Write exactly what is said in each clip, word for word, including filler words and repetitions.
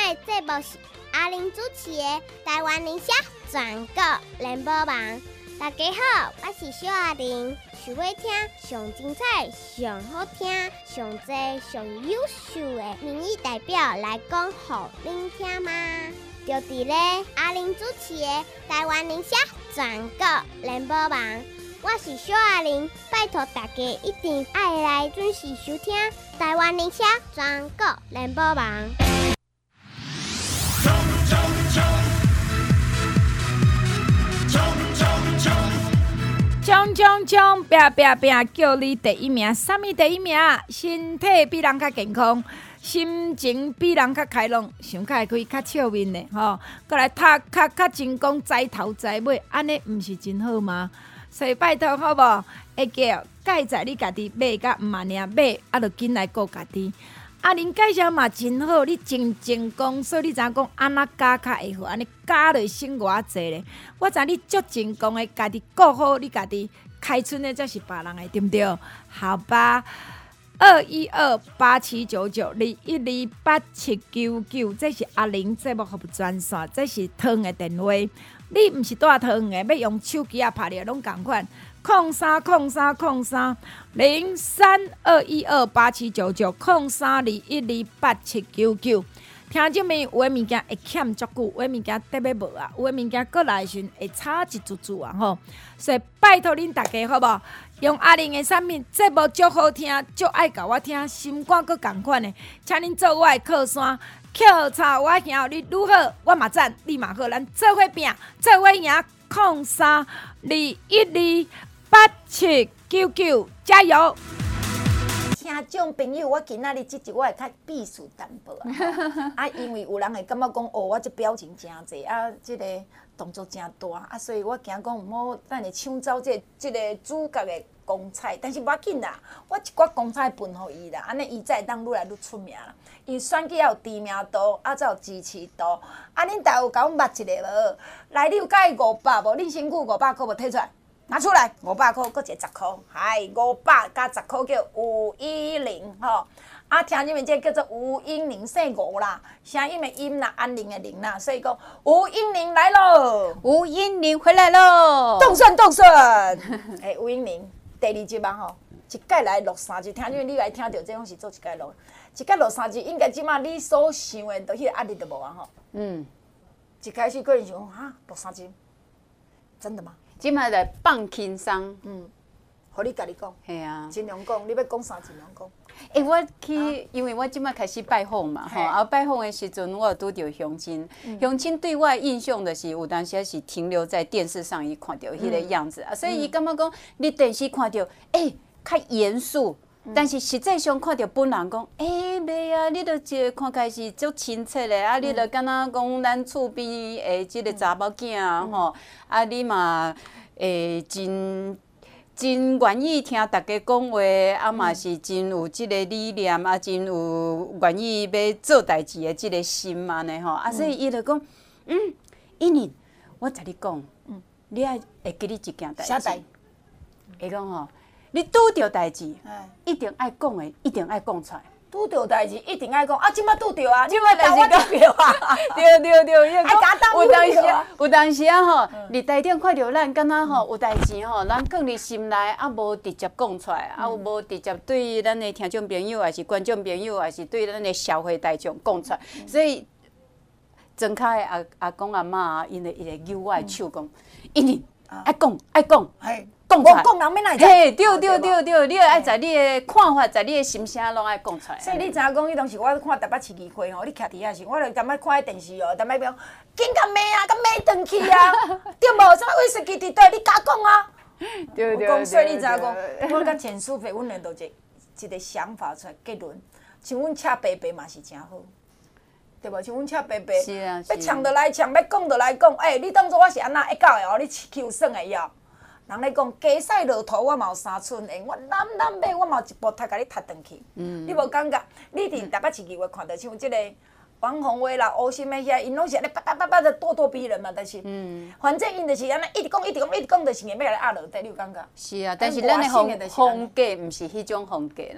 摆节目是阿玲主持的台湾音社全国联播网。大家好，我是小阿玲。想要听上精彩、上好听、上多、上优秀的民意代表来讲，互恁听吗？就伫咧阿玲主持的台湾音社全国联播网。我是小阿玲，拜托大家一定爱来准时收听台湾音社全国联播网。冲冲冲！ 冲冲冲！冲冲冲！拼拼拼！叫你第一名，啥物第一名？身体比人较健康，心情比人较开朗，想较会开较笑面的吼。过来读较较成功，栽头栽尾，安尼毋是真好吗？所以拜托好无？会叫介在你家己买甲毋嘛尔买，啊，着紧来顾家己。阿玲介绍嘛真好，你真成功，所以你知影讲安怎教较会好，安尼教落省偌济咧。我知你足成功的，家己顾好你家己，开春的才是别人的，对不对？好吧，二一二八七九九二一二八七九九，这是阿玲节目服务专线，这是汤的电话。你毋是带汤的，要用手机啊拍的拢共款。空三空三空三零三二一二八七九九空三二一二八七九九，听证明有诶物件会欠足久，有诶物件得要无啊，有诶物件过来时会差一注注啊吼。所以拜托恁大家好无？用阿玲诶产品，节目足好听，足爱甲我听，心肝阁共款诶，请恁做我诶靠山，扣叉我兄你愈好，我嘛赞，你嘛好，咱做伙拼，做伙赢，空三二一二。八七九九，加油！听众朋友，我今仔日即集我会较避暑淡薄啊，啊，因为有人会感觉讲，哦，我这表情真济，啊，即、这个动作真大，啊，所以我惊讲毋好等下抢走这即、这个主角的光彩，但是无要紧啦，我一寡光彩分互伊啦，安尼伊才会当愈来愈出名啦。因为选举要有知名度，啊，才有支持度。啊，恁大有甲我捌一个无？来，你有介五百无？恁身躯五百箍无摕出来？拿出来，五百块，搁一个十块，嗨，五百加十块叫吴依玲吼。啊，听你们这叫做吴英玲，姓吴啦，声音的音啦，安宁的宁啦，所以讲吴英玲来喽， 吴英玲回来喽， 动顺动顺。哎，吴英玲第二集嘛吼，一届来录三集，听你们你来听到这种是做一届录，一届录三集，应该即马你所想的，都迄个压力都无啊吼。嗯，一开始可能想哈录三集，真的吗？ 即摆来放轻松， 嗯，互你家己讲， 系啊， 尽量讲，你要讲啥尽量讲。 诶、欸，我去，啊、因为我即摆开始拜访嘛，吼，啊拜访的时阵，我有拄着乡亲，嗯、乡亲对我的印象就是有当时是停留在电视上伊看到迄个样子，嗯、啊，所以伊感觉讲，你电视看到，诶、欸，较严肃。但是实际上看到本人讲，诶、欸，袂啊，你著一个看起是足亲切的，啊，你著敢若讲咱厝边的即个查某囝啊，吼、嗯，啊，你嘛会真真愿意听大家讲话，啊嘛是真有即个理念，啊，真有愿意要做代志的即个心嘛呢，吼，啊，所以伊著讲，嗯，一年，我甲你讲，嗯，你爱会记你一件代志，啥代？会讲吼。你拄着代志，一定爱讲的，一定爱讲出来。 拄着代志一定爱讲，啊，即摆拄着啊，即摆代志拄着啊， 对对对， 爱甲当有当时啊，有当时啊吼，你台顶看到咱，敢若吼有代志吼，咱放伫心内，啊无直接讲出来，啊无直接对咱的听众朋友，还是观众朋友，还是对咱的社会大众讲出来，所以庄脚的阿阿公阿嬷啊，因会伊会揪我的手讲，一年爱讲爱讲。讲出来，讲人免来知。嘿，对对对对，你爱在你的看法，在你的心声拢爱讲出来。 所以你知影讲，迄当时我看台北市议会吼，你徛伫遐时，我就感觉看迄电视哦，踮咧讲，紧甲骂啊，甲骂转去啊，对无？啥威士忌伫倒，你敢讲啊？ 对对对。 所以你知影讲，我甲前苏菲，阮两都一一个想法出来结论，像阮赤伯伯嘛是真好。对无？像阮赤伯伯，要呛就来呛，要讲就来讲。诶，你当作我是安那会教的哦？你气有耍的了。人咧讲加赛落土，我嘛有三寸的，我揽揽买，我嘛有一部踢甲你踢转去。嗯、你无感觉？你伫台北市议会看到像即个王宏威啦、欧心的遐，因拢是安尼叭叭叭叭的咄咄逼人嘛，但是，嗯、反正因就是安尼一直讲、一直讲、一直讲，就是硬要来压落底，你有感觉？ 是啊，但是咱的风风格毋是迄种风格啦。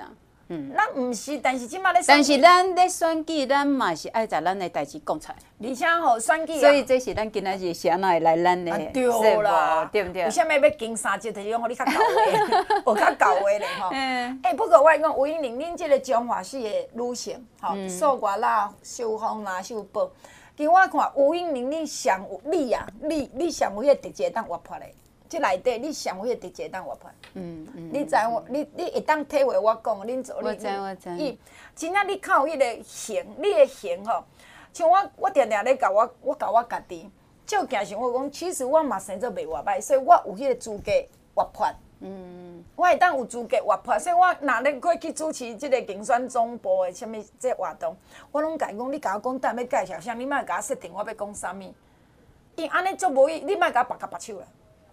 嗯，咱毋是，但是即马咧。 但是咱咧选举，咱嘛是爱在咱的代志讲出来。 而且吼选举啊。 所以这是咱今仔日是安怎会来咱的对啦， 对不对？ 为啥物要经三节？就是讲互你较到位，有较到位咧吼。嗯。哎，不过我讲吴英玲，恁即个中华系的女性，吼，素月啦、秀芳啦、秀宝，其实我看吴英玲，你上有你啊，你你上有迄个特质当活泼的。即内底，你上有迄个特质当活泼。嗯嗯。你知我，你你会当体会我讲，恁做你。 我知我知。 伊真正你靠迄个型，你的型吼，像我我定定咧甲我我甲我家己照镜想，我讲其实我嘛生做袂偌歹，所以我有迄个资格活泼。嗯。我会当有资格活泼，所以我若咧过去主持即个竞选总部的啥物即活动，我拢甲伊讲，你甲我讲，等要介绍啥，你莫甲我设定我要讲啥物，因安尼足无伊，你莫甲我拔甲拔手啦。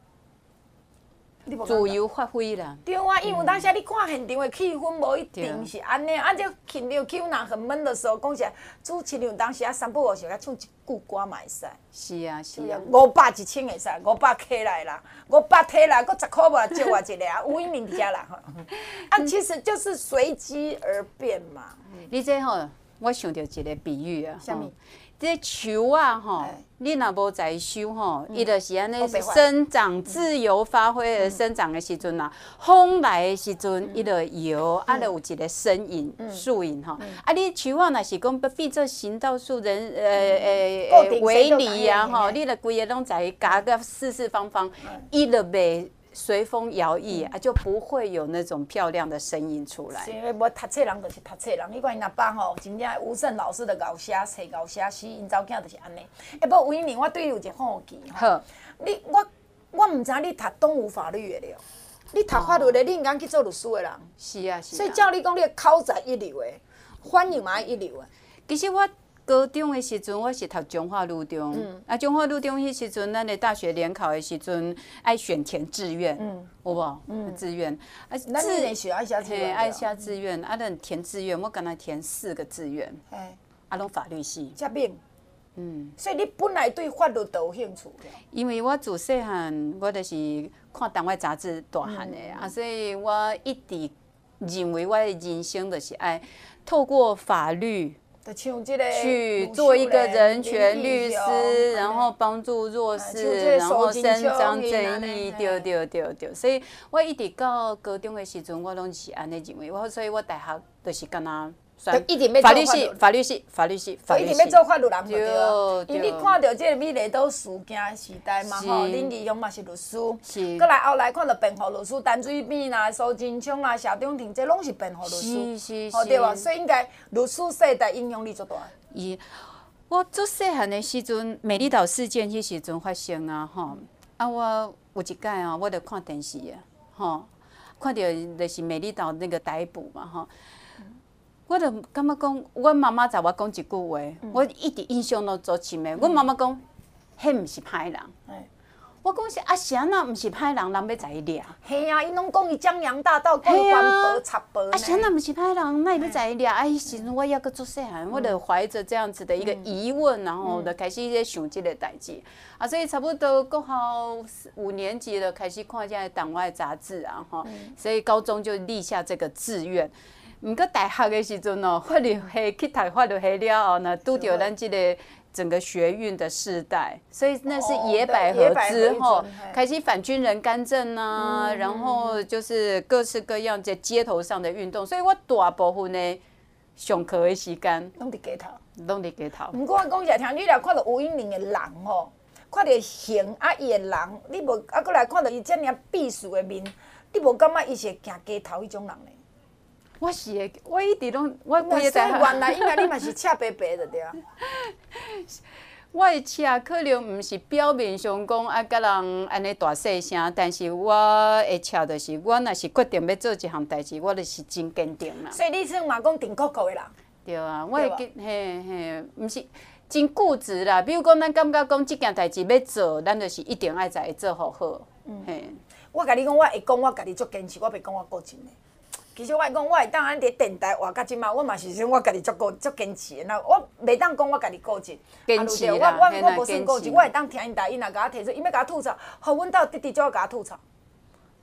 自由发挥啦。 对啊，因为当时你看现场的气氛无一定是安尼，啊，这现场气氛若很闷的时候，讲起来主持人当时啊三不五时甲唱一句歌嘛会使。 是啊是啊。 五百一千会使，五百起来啦，五百起来，佫十块无借我一个啊，吴英明伫遮啦。啊，其实就是随机而变嘛。 你这吼，我想到一个比喻啊。 啥物？ 这树啊，吼，你若无在收吼，伊就是安尼生长自由发挥的生长的时阵啊，风来的时阵，伊就摇，啊，就有一个身影、树影吼。啊，你树啊，若是讲要变做行道树人，呃呃围篱啊，吼，你著规个拢在夹个四四方方，伊就袂随风摇曳啊，就不会有那种漂亮的声音出来。 是因为无读册人就是读册人，你看因阿爸吼，真正吴胜老师的搞写册搞写诗，因查某囝就是安尼。哎，不过吴英玲，我对你有一个好奇吼，你我我唔知你读东吴法律的了，你读法律的，你应该去做律师的人。 是啊是啊。 所以照你讲，你的口才一流的，反应嘛一流的。 其实我。高中的时阵，我是读中华路中，嗯、啊，中华路中迄时阵，咱的大学联考的时阵，爱选填志愿，嗯、有无？嗯、志愿， 啊，咱那时爱写志愿， 爱写志愿，啊，咱填志愿，我敢若填四个志愿，啊，拢法律系。 遮敏，嗯，所以你本来对法律都有兴趣。 因为我自细汉，我就是看党外杂志大汉的，嗯、啊，所以我一直认为我的人生就是爱透过法律。去做一个人权律师，然后帮助弱势，然后伸张正义，对对对对。所以我一直到高中的时阵，我拢是安尼认为，我所以我大学就是干那。法律系，法律系，法律系，法律系。 一定要做法律人就对。因为你看到这个美丽岛事件时代嘛吼，恁二兄嘛是律师，是。过来后来看到辩护律师陈水扁啦、苏贞昌啦、谢长廷，这拢是辩护律师， 是是是，对吧？所以应该律师世代影响力最大。 伊，我做细汉的时阵，美丽岛事件迄时阵发生啊，吼，啊我有一摆啊，我著看电视啊，吼，看到就是美丽岛那个逮捕嘛，吼。我就感觉讲，阮妈妈在我讲一句话，嗯、我一直印象都足深的。阮、嗯、妈妈讲，迄毋是歹人。欸、我讲是啊，是安那毋是歹人，人要在伊掠。 嘿啊，伊拢讲伊江洋大盗，讲环保插保呢。 啊，是安那毋是歹人，那伊要在伊掠？啊，迄时阵我抑阁足细汉，我就怀着这样子的一个疑问，然后就开始咧想即个代志。啊，所以差不多国校五年级了，开始看这党外杂志啊，吼，嗯、所以高中就立下这个志愿。毋过大学的时阵哦，法律系去读法律系了后呢，拄着咱即个整个学运的世代，所以那是野百合之后，开始反军人干政啊，嗯、然后就是各式各样在街头上的运动，所以我大部分的上课的时间拢伫街头， 拢伫街头。 毋过我讲一下，听你来看到吴英玲的人吼，看到形啊伊的人，你无啊过来看到伊遮尔避暑的面，你无感觉伊是行街头迄种人呢？ 我是会，我一直拢，我规个在。原来应该你嘛是赤白白的对啊。 我的赤可能毋是表面上讲啊，甲人安尼大细声，但是我的赤就是，我若是决定要做一项代志，我就是真坚定啦。 所以你算嘛讲定国国的人。 对啊，我会记，嘿嘿，毋是真固执啦。比如讲，咱感觉讲即件代志要做，咱就是一定爱在做好好。嗯。嘿。 我甲你讲，我会讲我家己足坚持，我袂讲我个人的。其实我会讲，我会当安伫电台活到即马，我嘛是说我家己足固足坚持的。那我袂当讲我家己固执， 坚持啦， 我我我无算固执，我会当听因台，因若甲我提出，伊要甲我吐槽，互阮兜直直就要甲我吐槽。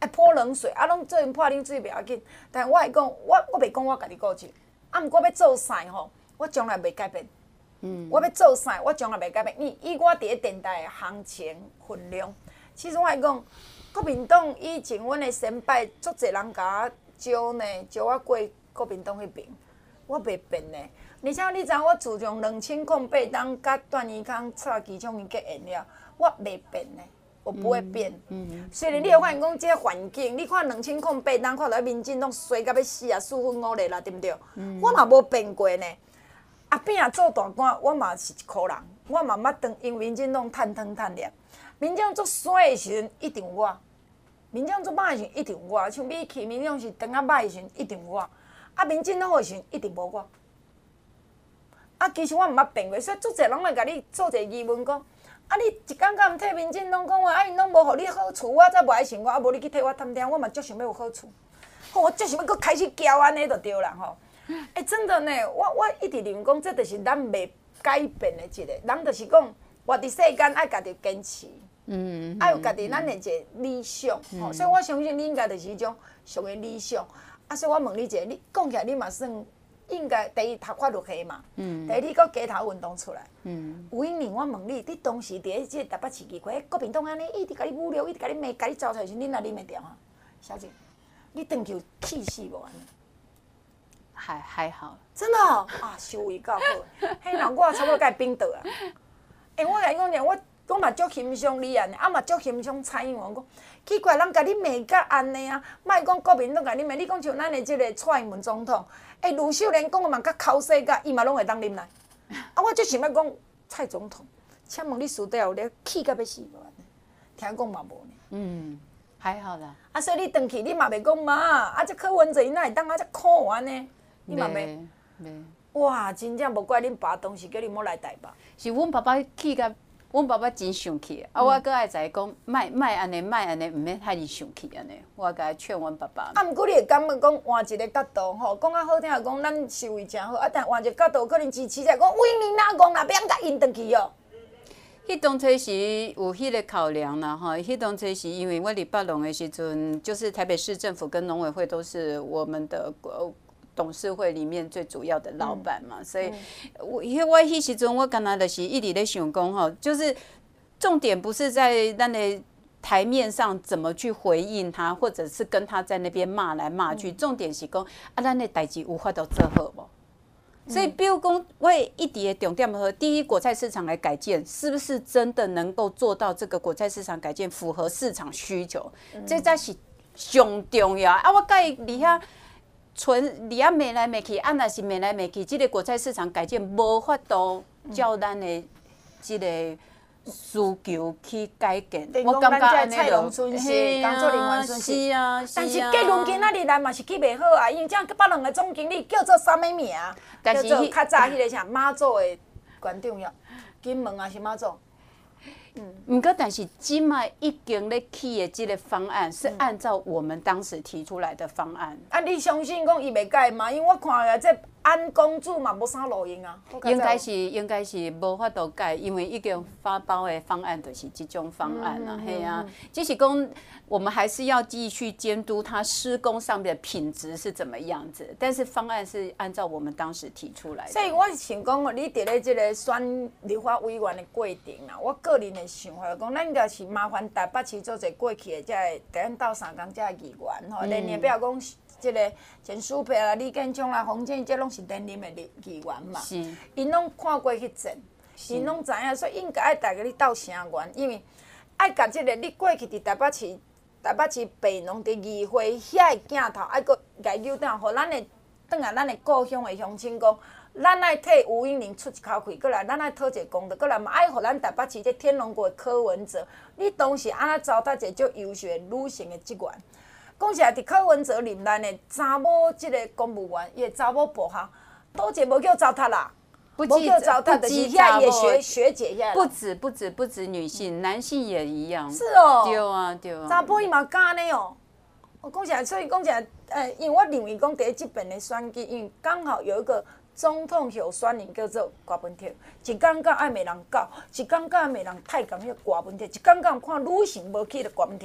爱泼冷水，啊，拢做阵泼冷水袂要紧。但我会讲，我我袂讲我家己顾住，啊，毋过要做啥吼，我从来袂改变。嗯，我要做啥，我从来袂改变。以以我伫咧电台的行情分量，其实我会讲，国民党以前阮的先辈，足侪人甲我招呢，招我过国民党迄边，我袂变呢。而且你知影，我自从两千零八年甲段宜康蔡其昌伊结缘了，我袂变呢。我不会变，嗯嗯、虽然你会发现讲这个环境，你看两千零八年看到民进党衰到要死啊，四分五裂啦，对不对？嗯、我嘛无变过呢。阿扁啊做大官，我嘛是一箍人，我嘛捌当因民进党趁汤趁粒。民进党做衰的时阵一定有我，民进党做歹的时阵一定有我，像美去民进党是当啊歹的时阵一定有我，啊民进党好的时阵一定无我。啊，其实我毋捌变过，所以足侪人来甲你做一个疑问讲。啊！你一工敢毋替民进党讲话，啊因拢无互你好处，我才无爱信我，啊无你去替我探听，我嘛足想要有好处。吼、哦，我足想要搁开始骄安尼就对啦吼。哎、欸，真的呢，我我一直认讲，这就是咱袂改变的一个，人就是讲活伫世间爱家己坚持，嗯，爱有家己咱的一个理想，吼、嗯。所以我相信你应该就是迄种属于理想。啊，所以我问你一个，你讲起来你嘛算应该第一读法律系嘛，嗯、第二你搁街头运动出来。嗯，有因为我问你，你当时伫咧即个台北市议会，国民党安尼一直甲你侮辱，一直甲你骂，甲你糟蹋时，你哪忍会掉啊？小姐，你回去有气死无安尼？ 还还好， 真的哦啊，修为够好。嘿，那我差不多甲伊冰倒啊。诶、欸，我甲你讲讲，我我嘛足欣赏你安尼，啊嘛足欣赏蔡英文讲，奇怪，人甲你骂甲安尼啊，莫讲国民党甲你骂，你讲像咱的即个蔡英文总统，诶、欸，卢秀莲讲个嘛，甲口水甲，伊嘛拢会当啉来。啊，我就想要讲蔡总统，请问你私底下有咧气甲要死无安尼？听讲嘛无呢。 嗯，还好啦。 啊，所以你回去你嘛袂讲妈，啊，这柯文哲伊哪会当啊，这苦安尼？你嘛袂？袂。哇，真正无怪恁爸当时叫你莫来台北。 是阮爸爸气甲，阮爸爸真生气，啊，我搁爱知讲，莫莫安尼，莫安尼，毋免害伊生气安尼。我甲伊劝阮爸爸。 啊，毋过你会感觉讲换一个角度吼，讲啊好听讲咱受惠真好，啊，但换一个角度可能支持者讲，为你哪讲啦，免甲因转去哦。 迄当初是有迄个考量啦，哈，迄当初是因为我伫北农的时阵，就是台北市政府跟农委会都是我们的呃。董事会里面最主要的老板嘛，嗯、所以我因为我迄时阵我刚才就是一直在想讲吼，就是重点不是在咱的台面上怎么去回应他，或者是跟他在那边骂来骂去，嗯、重点是讲啊，咱的代志有法度做好无？嗯、所以比如讲，我一直的重点和第一果菜市场来改建，是不是真的能够做到这个果菜市场改建符合市场需求？嗯、这才是上重要啊！我甲伊伫遐。纯你啊，骂来骂去，啊，若是骂来骂去，即、这个果菜市场改建无法度照咱的即个需求去改建。 我感觉安尼蔡农村是工作人员损失。 是啊，是啊。 但是结论今仔日来嘛是去袂好啊，因为这北农的总经理叫做啥物名？叫做较早迄个啥马祖的县长呀，金门啊是马祖。 嗯，不过但是即卖已经咧起的这个方案是按照我们当时提出来的方案。 啊，你相信讲伊袂改吗？因为我看下这安公主嘛无啥路用啊。 应该是应该是无法度改，因为已经发包的方案就是这种方案啦，嘿啊。只是讲我们还是要继续监督它施工上面的品质是怎么样子，但是方案是按照我们当时提出来的。 所以我想讲哦，你伫咧这个选立法委员的过程啊，我个人的想法讲，咱应该是麻烦台北市做者过去的这个第咱斗三工这个议员吼，连年不要讲这个陈淑佩啦、李建昌啦、洪建，这拢是连任的议员嘛。是。因拢看过迄阵，因拢知影，所以应该爱大家咧斗声援，因为爱甲这个你过去伫台北市。台北市北农伫议会遐个镜头，爱搁家扭倒，互咱的转来咱的故乡的乡亲讲，咱爱替吴英玲出一口气，过来咱爱讨一个公道，过来嘛爱互咱台北市这天龙国的柯文哲，你当时安怎糟蹋一个足优秀的女性的职员？讲实在，伫柯文哲任内的查某即个公务员，伊的查某部下，倒一个无叫糟蹋啦。 不叫糟蹋，就是遐也学学姐遐。 不止不止不止女性，男性也一样。 是哦。 对啊对啊。 查甫伊嘛敢呢哦。我讲起来，所以讲起来，呃，因为我认为讲第一这边的选举，因为刚好有一个总统候选人叫做郭文婷，一讲讲爱骂人狗，一讲讲骂人太讲迄个郭文婷，一讲讲看女性无去的郭文婷。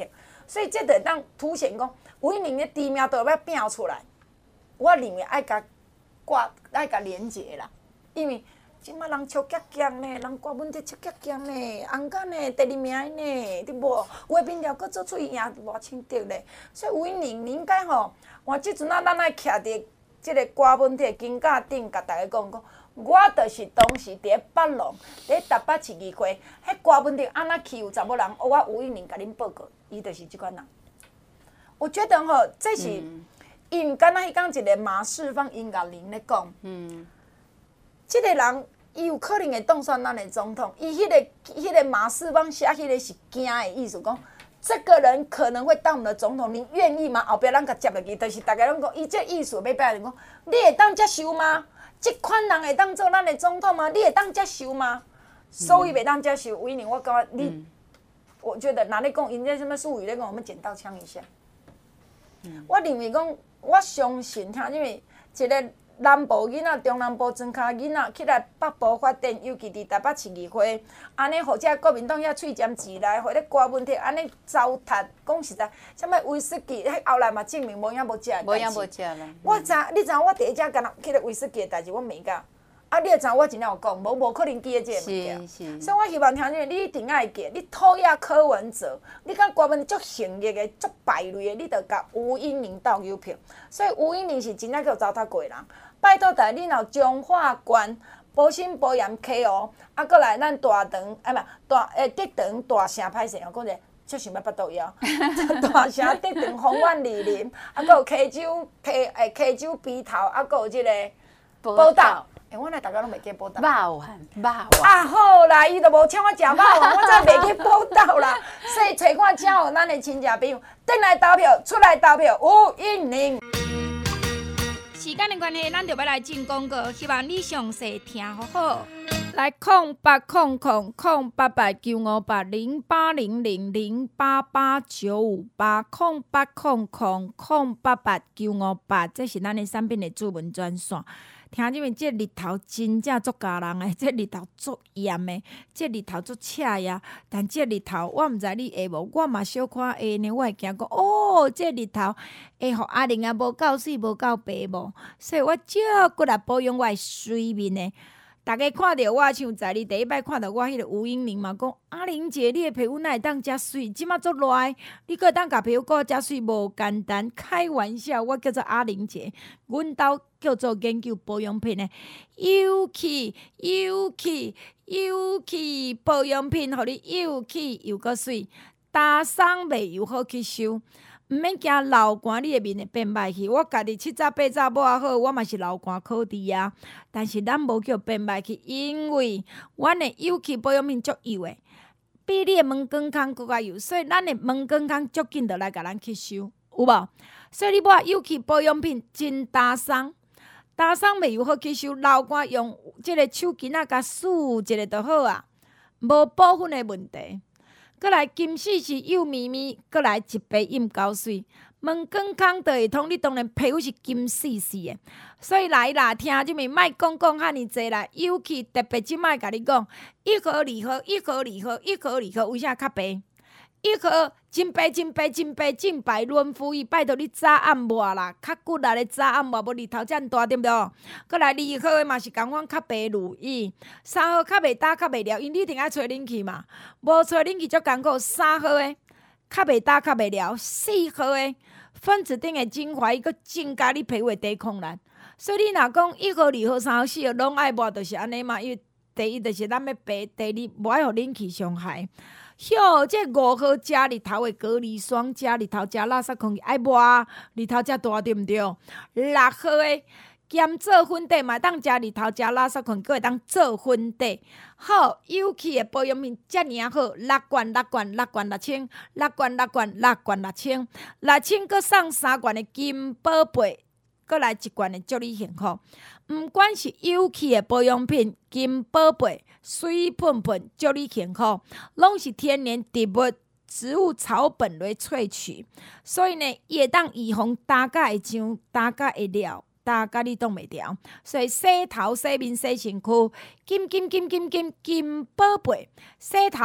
所以这就当凸显讲，有一年的知名度要拼出来，我认为爱甲挂爱甲连结啦，因为即马人笑夹强呢，人郭文哲笑夹强呢，红干呢第二名呢，对无？画面条搁做出赢偌清德咧，所以有一年你应该吼，换即阵啊，咱爱徛伫即个郭文哲金架顶，甲大家讲讲。我就是当时伫咧北龙，伫台北市议会，迄郭文哲安怎欺负查某人，我有一年甲恁报告，伊就是即款人。我觉得吼，这是因为敢若迄讲一个马世芳因甲恁咧讲，嗯，即个人伊有可能会当选咱的总统，伊迄个迄个马世芳写迄个是惊的意思，讲这个人可能会当我们的总统，你愿意吗？后壁咱甲接落去，就是大家拢讲，伊这意思要摆人讲，你会当接受吗？这款人会当做咱的总统吗？你会当接受吗？所以袂当接受。为宁，我感觉你，嗯、我觉得哪里讲，因这什么术语咧讲，我们剪刀枪一下。嗯、我认为讲，我相信听，因为一个南部囡仔、中南部庄脚囡仔起来北部发展，尤其伫台北市议会，安尼，或者国民党遐喙尖子来，或者郭文哲安尼糟蹋，讲实在，什么威士忌，迄后来嘛证明无影无食的代志。 无影无食啦。 我知，你知我第一只干那迄个威士忌的代志，我袂讲。啊，你会知我真正有讲，无无可能记得这个物件。所以我希望听见你一定爱记，你讨厌柯文哲，你甲国民足行业的、足败类的，你着甲吴音宁斗邮票。所以吴音宁是真正叫糟蹋过人。拜托大家，你若彰化县保新保盐 K O， 啊，过来咱大肠，啊，嘛大诶德肠大城歹势哦，讲者足想要巴肚枵。大城德肠丰苑梨林，啊，搁有溪州溪诶溪州鼻头，啊，搁有即个宝岛。诶，我来大家拢袂记宝岛。 肉丸，肉丸。 啊好啦，伊都无请我食肉丸，我才袂记宝岛啦。所以找看正好咱的亲戚朋友，转来投票，出来投票，吴音宁。 时间的关系，咱就要来进广告，希望你详细听好好。来，空八空空空八八九五八零八零零零八八九五八空八空空空八八九五八，这是咱的产品的主文专线。听入面，这日头真正足教人诶，这日头足炎诶，这日头足赤呀。但这日头，我毋知你会无，我嘛小可会呢。我会惊讲，哦，这日头会互阿玲啊无够水，无够白无，所以我照过来保养我诶水面诶。大家看到我像在你第一摆看到我迄个吴英玲嘛，讲阿玲姐，你的皮肤哪会当遮水？即马足热，你搁会当甲皮肤搁遮水，无简单。开玩笑，我叫做阿玲姐，阮兜叫做研究保养品的，有气有气有气保养品，互你有气又搁水，打霜袂又好吸收。毋免惊流汗，你的面会变歹去。我家己七早八早抹好，我嘛是流汗考滴啊。但是咱无叫变歹去，因为阮的有气保养品足油的，比你的毛根康更加油，所以咱的毛根康足紧就来甲咱吸收，有无？所以你抹有气保养品真打霜，打霜袂油好吸收，流汗用即个手巾仔甲梳一下就好啊，无部分的问题。过来金丝是幼咪咪，过来一杯饮胶水，毛根康就会通。你当然皮肤是金丝丝的，所以来啦，听入面莫讲讲遐尼济啦。尤其特别即摆甲你讲，一盒二盒，一盒二盒，一盒二盒，为啥较白？一盒真白真白真白真白润肤伊，拜托你早暗抹啦，较骨力的早暗抹，无日头遮尔大对不对？过来二号的嘛是共款较白如意，三号较袂打较袂了，因你一定爱吹冷气嘛，无吹冷气足艰苦。三号的较袂打较袂了，四号的分子顶的精华，伊佫增加你皮肤的抵抗力。所以你若讲一号、二号、三号、四号拢爱抹，就是安尼嘛。因为第一就是咱要白，第二无爱互冷气伤害。哟，这五号加日头的隔离霜，加日头加垃圾空气爱抹，日头才大对毋对？六号的兼做粉底嘛，当加日头加垃圾空气，佫会当做粉底。好，有气的保养品遮尔好，六罐六罐六罐六千，六罐六罐六罐六千，六千佫送三罐的金宝贝。过来一罐的祝你幸福，毋管是有气的保养品、金宝贝、水喷喷，祝你幸福，拢是天然植物、植物草本类萃取，所以呢，伊会当预防打甲会痒、打甲会了、打甲你挡袂牢。所以洗头、洗面、洗身躯，金金金金金金宝贝，洗头。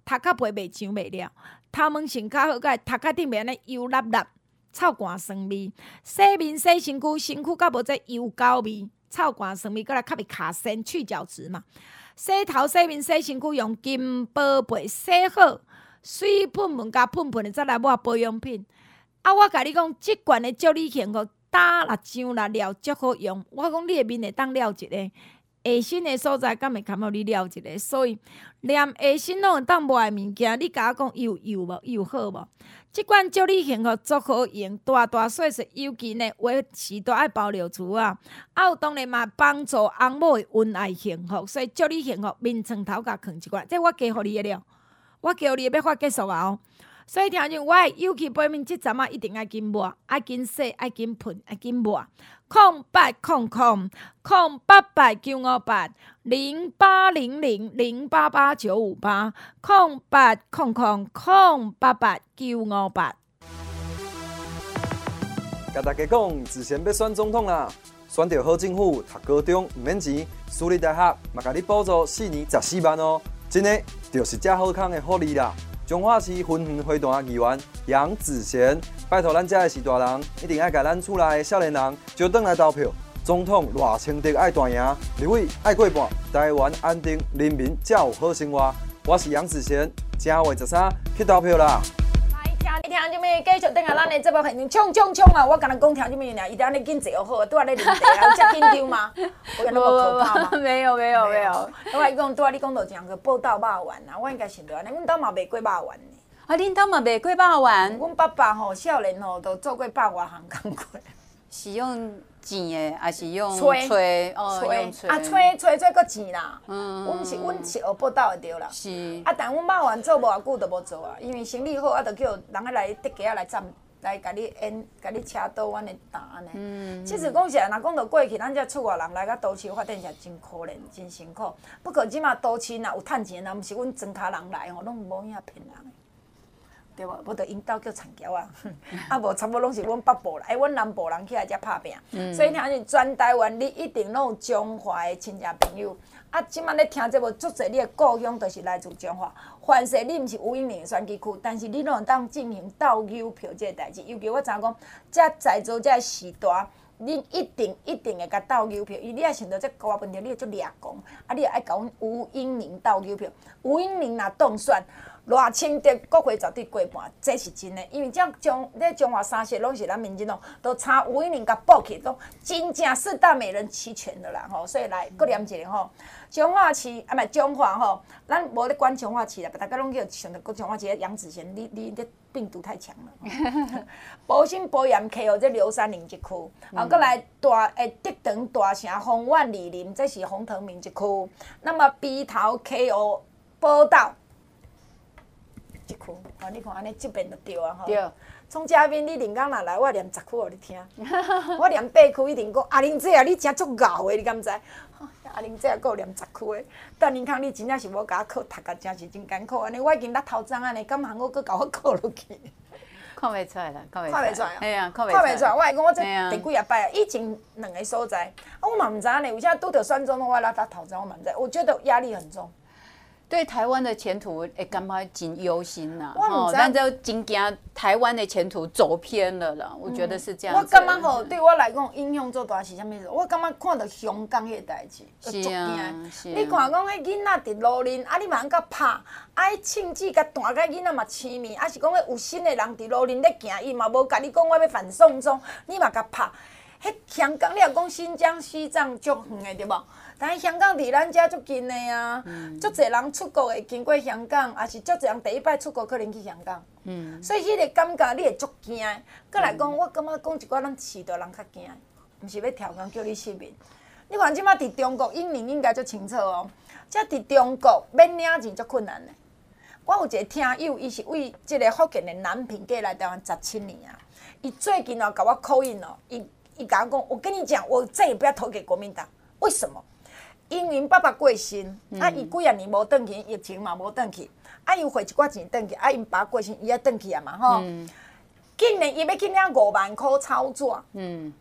头壳皮袂上袂了，头毛型较好，甲头壳顶面安尼油辣辣，臭汗酸味，洗面洗身躯，身躯较无这油膏味，臭汗酸味，过来较袂卡身，去角质嘛。洗头、洗面、洗身躯用金宝贝洗好，水喷喷加喷喷的再来抹保养品。啊，我甲你讲，即罐的祝你幸福打啦、酱啦、料足好用。我讲你的面会当料一个，下身的所在敢会堪互你料一个，所以连下身拢会当抹的物件，你甲我讲有有无有好无？即款祝你幸福足好用，大大细细，尤其呢，话时都爱包流珠啊。啊，有当然嘛，帮助翁某的恩爱幸福，所以祝你幸福面床头甲囥一罐，这我加互你的了，我加互你的要发结束啊哦。所以听见我的尤其背面即阵啊，一定爱紧抹，爱紧洗，爱紧喷，爱紧抹。空八空空空八八九五八零八零零零八八九五八空八空空空八八九五八。 甲大家讲，之前要选总统啦，选到好政府，读高中唔免钱，私立大学嘛甲你补助四年十四万哦，真的就是这好康的福利啦。彰化市分园会团议员杨子贤，拜托咱遮的是大人，一定爱甲咱厝内的少年人招转来投票。总统偌清德爱大赢，立委爱过半，台湾安定，人民才有好生活。我是杨子贤，正月十三去投票啦！ 来听听什么？继续等下咱的节目现场冲冲冲啊！我敢若讲听什么尔？伊安尼紧坐好，拄仔咧啉茶，有遮紧张吗？我敢若无可怕吗？ 没有没有没有。 我来讲，拄仔你讲到一样个报道肉丸啊，我应该想到安尼，阮兜嘛卖过肉丸呢。 啊，恁兜嘛卖过肉丸？ 阮爸爸吼少年吼都做过百外项工课。 是用剪的，还是用吹吹？哦，用吹。 啊，吹吹吹搁剪啦。嗯。阮是阮是学报道的对啦。 是。 啊，但阮肉丸做无偌久都无做啊，因为生意好，啊，就叫人啊来得家来站。来，甲你演，甲你车倒阮的担安尼。嗯。其实讲实，若讲到过去，咱遮厝外人来到都市发展是真可怜、真辛苦。不过即马都市若有趁钱，若毋是阮庄脚人来吼，拢无影骗人的，对无？无就因兜叫田桥啊，啊无差不多拢是阮北部来，阮南部人起来遮拍拼。嗯。所以听是全台湾，你一定拢有中华的亲戚朋友。啊，即摆咧听这无，足侪你的故乡都是来自彰化。凡是你毋是吴英玲选举区，但是你拢有当进行倒邮票这个代志。尤其我知影讲，遮在座遮时代，恁一定一定会甲倒邮票。伊你也想到这高问题，你会足掠讲，啊，你也爱甲阮吴英玲倒邮票。吴英玲若当选，偌清德国会绝对过半，这是真的。因为这中咧中华三县拢是咱民进党，都差吴英玲甲报起，都真正四大美人齐全的啦吼。所以来，搁念一个吼。彰化市啊，毋彰化吼，咱无咧管彰化市啦，大家拢叫想着讲彰化市杨子贤，你你这病毒太强了。保兴保盐溪哦，这刘三林一区，啊，搁来大诶德长大城丰苑李林，这是洪腾明一区。那么鼻头溪哦，宝岛一区，啊，你看安尼这边就对啊吼。对。从遮边你连港若来，我念十区互你听。我念八区一定讲阿玲姐啊，你真足敖的，你敢知？阿玲姐还有念十区的，但年康你真正是无甲我考，读甲真是真艰苦安尼。我已经捌头章安尼，敢通我搁甲我考落去？ 看袂出来啦，看袂出来。 哎呀，看袂出来。我来讲，我这第几啊摆啊？以前两个所在，啊，我嘛毋知影呢。为啥拄着选总统，我来捌头章，我嘛毋知。我觉得压力很重。 对台湾的前途会感觉真忧心呐，哦，咱就真惊台湾的前途走偏了啦。我觉得是这样子。 我感觉吼，对我来讲影响最大是啥物事？我感觉看到香港迄个代志， 是啊，是啊。 你看讲迄囝仔伫路面，啊，你嘛通甲拍，啊，迄庆子甲大个囡仔嘛亲密，啊是讲迄有心的人伫路面咧行，伊嘛无甲你讲我要反送中，你嘛甲拍。迄香港你若讲新疆、西藏足远的对无？但是香港离咱遮足近的啊，足侪、嗯、人出国会经过香港，也是足侪人第一摆出国可能去香港。嗯，所以迄个感觉你会足惊。搁来讲，我感觉讲一寡咱市大人较惊，毋是要跳工叫你失眠。你看即摆伫中国，英明应该足清楚哦。遮伫中国免领钱足困难的。我有一个听友，伊是为即个福建的南平过来台湾十七年啊。伊最近哦，甲我call in哦，伊伊甲我讲，我跟你讲，我再也不要投给国民党。为什么？因为爸爸过身，嗯、啊，伊几啊年无转去，疫情嘛无转去，啊，伊汇一寡钱转去，啊，因爸过身，伊爱转去啊嘛吼。嗯、竟然伊要去领五万块操作，嗯，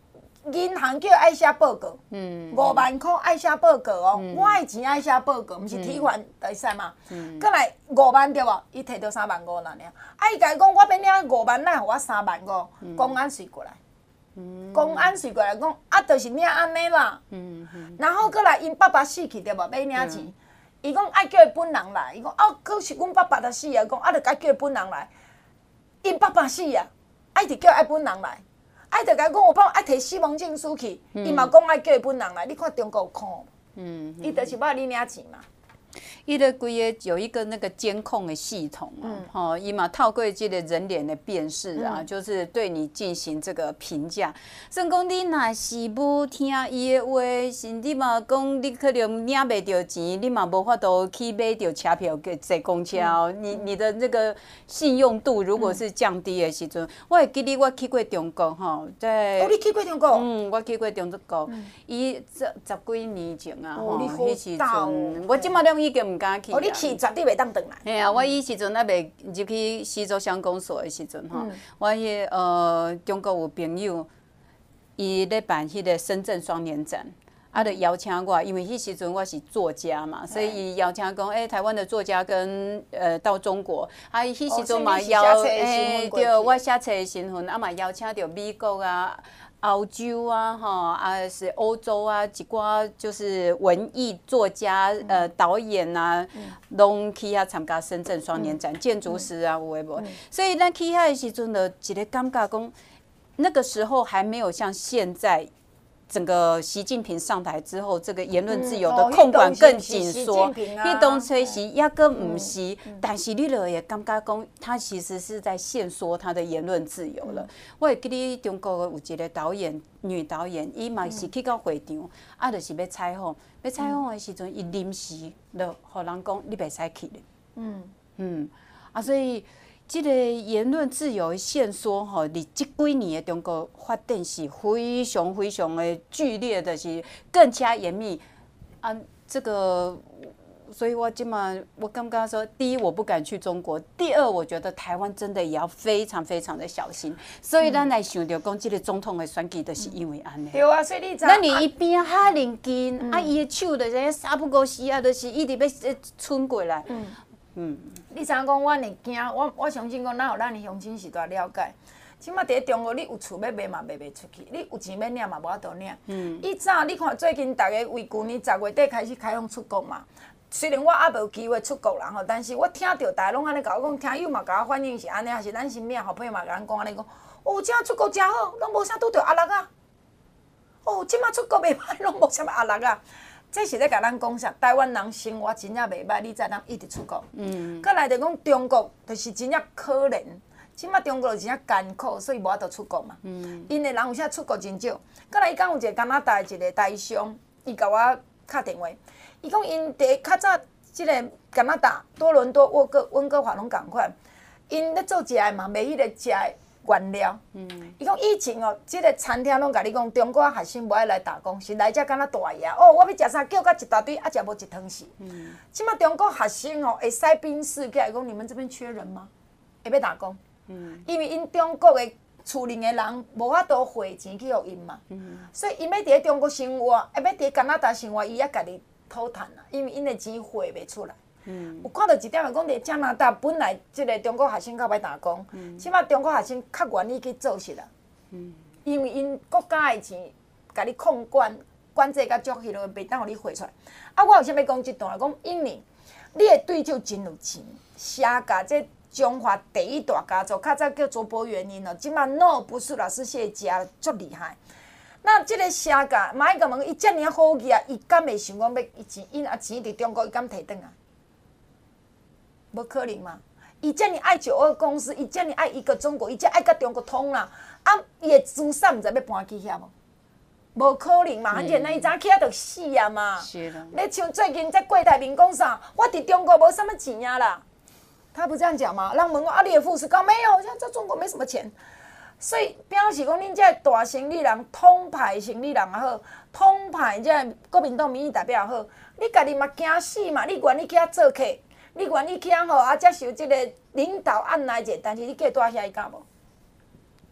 银行叫爱写报告，嗯，五万块爱写报告哦，嗯、我的钱爱写报告，毋是提款就会使嘛。嗯，过来五万对无？伊摕到三万五啦尔。啊，伊甲伊讲，我要领五万，奈互我三万五，嗯、公安随过来。嗯、公安随过来讲，啊，就是领安尼啦。嗯嗯。然后过来，因爸爸死去对无？要领钱，伊讲爱叫伊本人来，伊讲啊，可是阮爸爸就死啊，讲啊，就该叫伊本人来。因爸爸死啊，爱直叫伊本人来。爱就甲讲，有帮爱摕死亡证书去，伊嘛讲爱叫伊本人来。你看中国有看，嗯，伊就是要你领钱嘛。 伊的规个有一个那个监控的系统啊，吼、嗯，伊嘛透过这个人脸的辨识啊，嗯、就是对你进行这个评价。算讲你若是无听伊的话，甚至嘛讲你可能领袂到钱，你嘛无法度去买到车票给坐公车哦。嗯、你你的那个信用度如果是降低的时阵，嗯、我会记得我去过中国吼，在。 哦，你去过中国？ 嗯，我去过中国，伊十十几年前啊，吼、哦，迄时阵，我即马拢已经毋敢去。 哦，你去绝对袂当转来。 嘿啊，我伊时阵还袂入去西周乡公所的时阵吼，嗯、我迄呃中国有朋友，伊咧办迄个深圳双年展，啊，就邀请我，因为迄时阵我是作家嘛，所以伊邀请讲，诶、欸，台湾的作家跟呃到中国，啊，伊迄时阵嘛邀，诶、哦，对，我写册的身份，啊嘛邀请到美国啊。澳洲啊，哈啊是欧洲啊，一寡就是文艺作家、嗯、呃导演啊，拢、嗯、去遐参加深圳双年展，嗯、建筑师啊，有诶无？嗯、所以咱去遐的时阵，就一个感觉讲，那个时候还没有像现在。整个习近平上台之后，这个言论自由的控管更紧缩。迄当初是抑个唔是，但是你就会感觉讲，他其实是在限缩他的言论自由了。我会记得中国有一个导演，女导演，伊嘛是去到会场，啊，就是要采访，要采访的时阵，伊临时就互人讲，你袂使去咧。嗯嗯，啊，所以。这个言论自由的限缩，吼，你这几年的中国发展是非常非常的剧烈的，是更加严密啊。这个，所以我今嘛，我刚刚说，第一我不敢去中国，第二我觉得台湾真的也要非常非常的小心。所以咱来想到讲，这个总统的选举，就是因为安尼。 对啊，所以你知。 咱离伊边哈邻近，嗯、啊，伊的手就是三不五时啊，就是一直要冲过来。嗯嗯，你知影讲，阮会惊，我我相信讲，哪有咱的乡亲是大了解。即马伫中国，你有厝要卖嘛，卖袂出去；你有钱要领嘛，无法度领。嗯。以早你看，最近大家为旧年十月底开始开放出国嘛。虽然我还无机会出国啦吼，但是我听到大家拢安尼甲我讲，听友嘛甲我反映是安尼，也是咱身边好朋友嘛甲咱讲安尼讲，哦，即马出国真好，拢无啥拄着压力啊。哦，即马出国袂歹，拢无啥物压力啊。这是咧甲咱讲啥？台湾人生活真正袂歹，你知咱一直出国。嗯。再来就讲中国，就是真正可怜。即马中国就真正艰苦，所以无法度出国嘛。嗯。因的人有啥出国真少。再来伊讲有一个加拿大的一个台商，伊甲我敲电话，伊讲因伫较早即个加拿大多伦多、沃哥、温哥华拢共款，因咧做食的嘛，卖迄个食的。原料，嗯，伊讲以前哦，即、这个餐厅拢甲你讲，中国学生无爱来打工，是来遮敢若大爷哦，我要食啥叫甲一大堆，啊食无一汤匙。嗯，即马中国学生哦，会使宾士起来讲，你们这边缺人吗？会要打工？嗯，因为因中国的厝邻的人无法度汇钱去互因嘛，嗯，所以因要伫咧中国生活，要伫咧加拿大生活，伊也家己讨趁啦，因为因的钱汇袂出来。嗯、有看到一点就讲，伫加拿大本来即个中国学生较歹打工，即马、嗯、中国学生较愿意去做事啦。嗯、因为因国家的钱，甲你控管管制甲足迄落，袂当互你汇出来。啊，我有啥要讲即段？讲因为你的对手真有钱，写家这中华第一大家族，较早叫卓博园因哦，即马 no 不是啦，是谢家足厉害。那即个写家，马伊甲问伊遮尔好个啊，伊敢会想讲要伊钱，因啊钱伫中国，伊敢摕转来？无可能嘛！伊遮尔爱九二公司，伊遮尔爱一个中国，伊遮爱甲中国通啦。啊，伊的资产毋知要搬去遐无？无可能嘛！而且那伊早起来就死啊嘛！是啦。你像最近在柜台面讲啥？我伫中国无啥物钱啊啦。他不这样讲吗？人问我啊，你的富士讲没有，现在在中国没什么钱。所以表示讲，恁这大生意人、通派生意人也好，通派这国民党民意代表也好，你家己嘛惊死嘛！你愿意去遐做客？你愿意去遐吼，啊，接受即个领导按来者，但是你叫住遐伊敢无？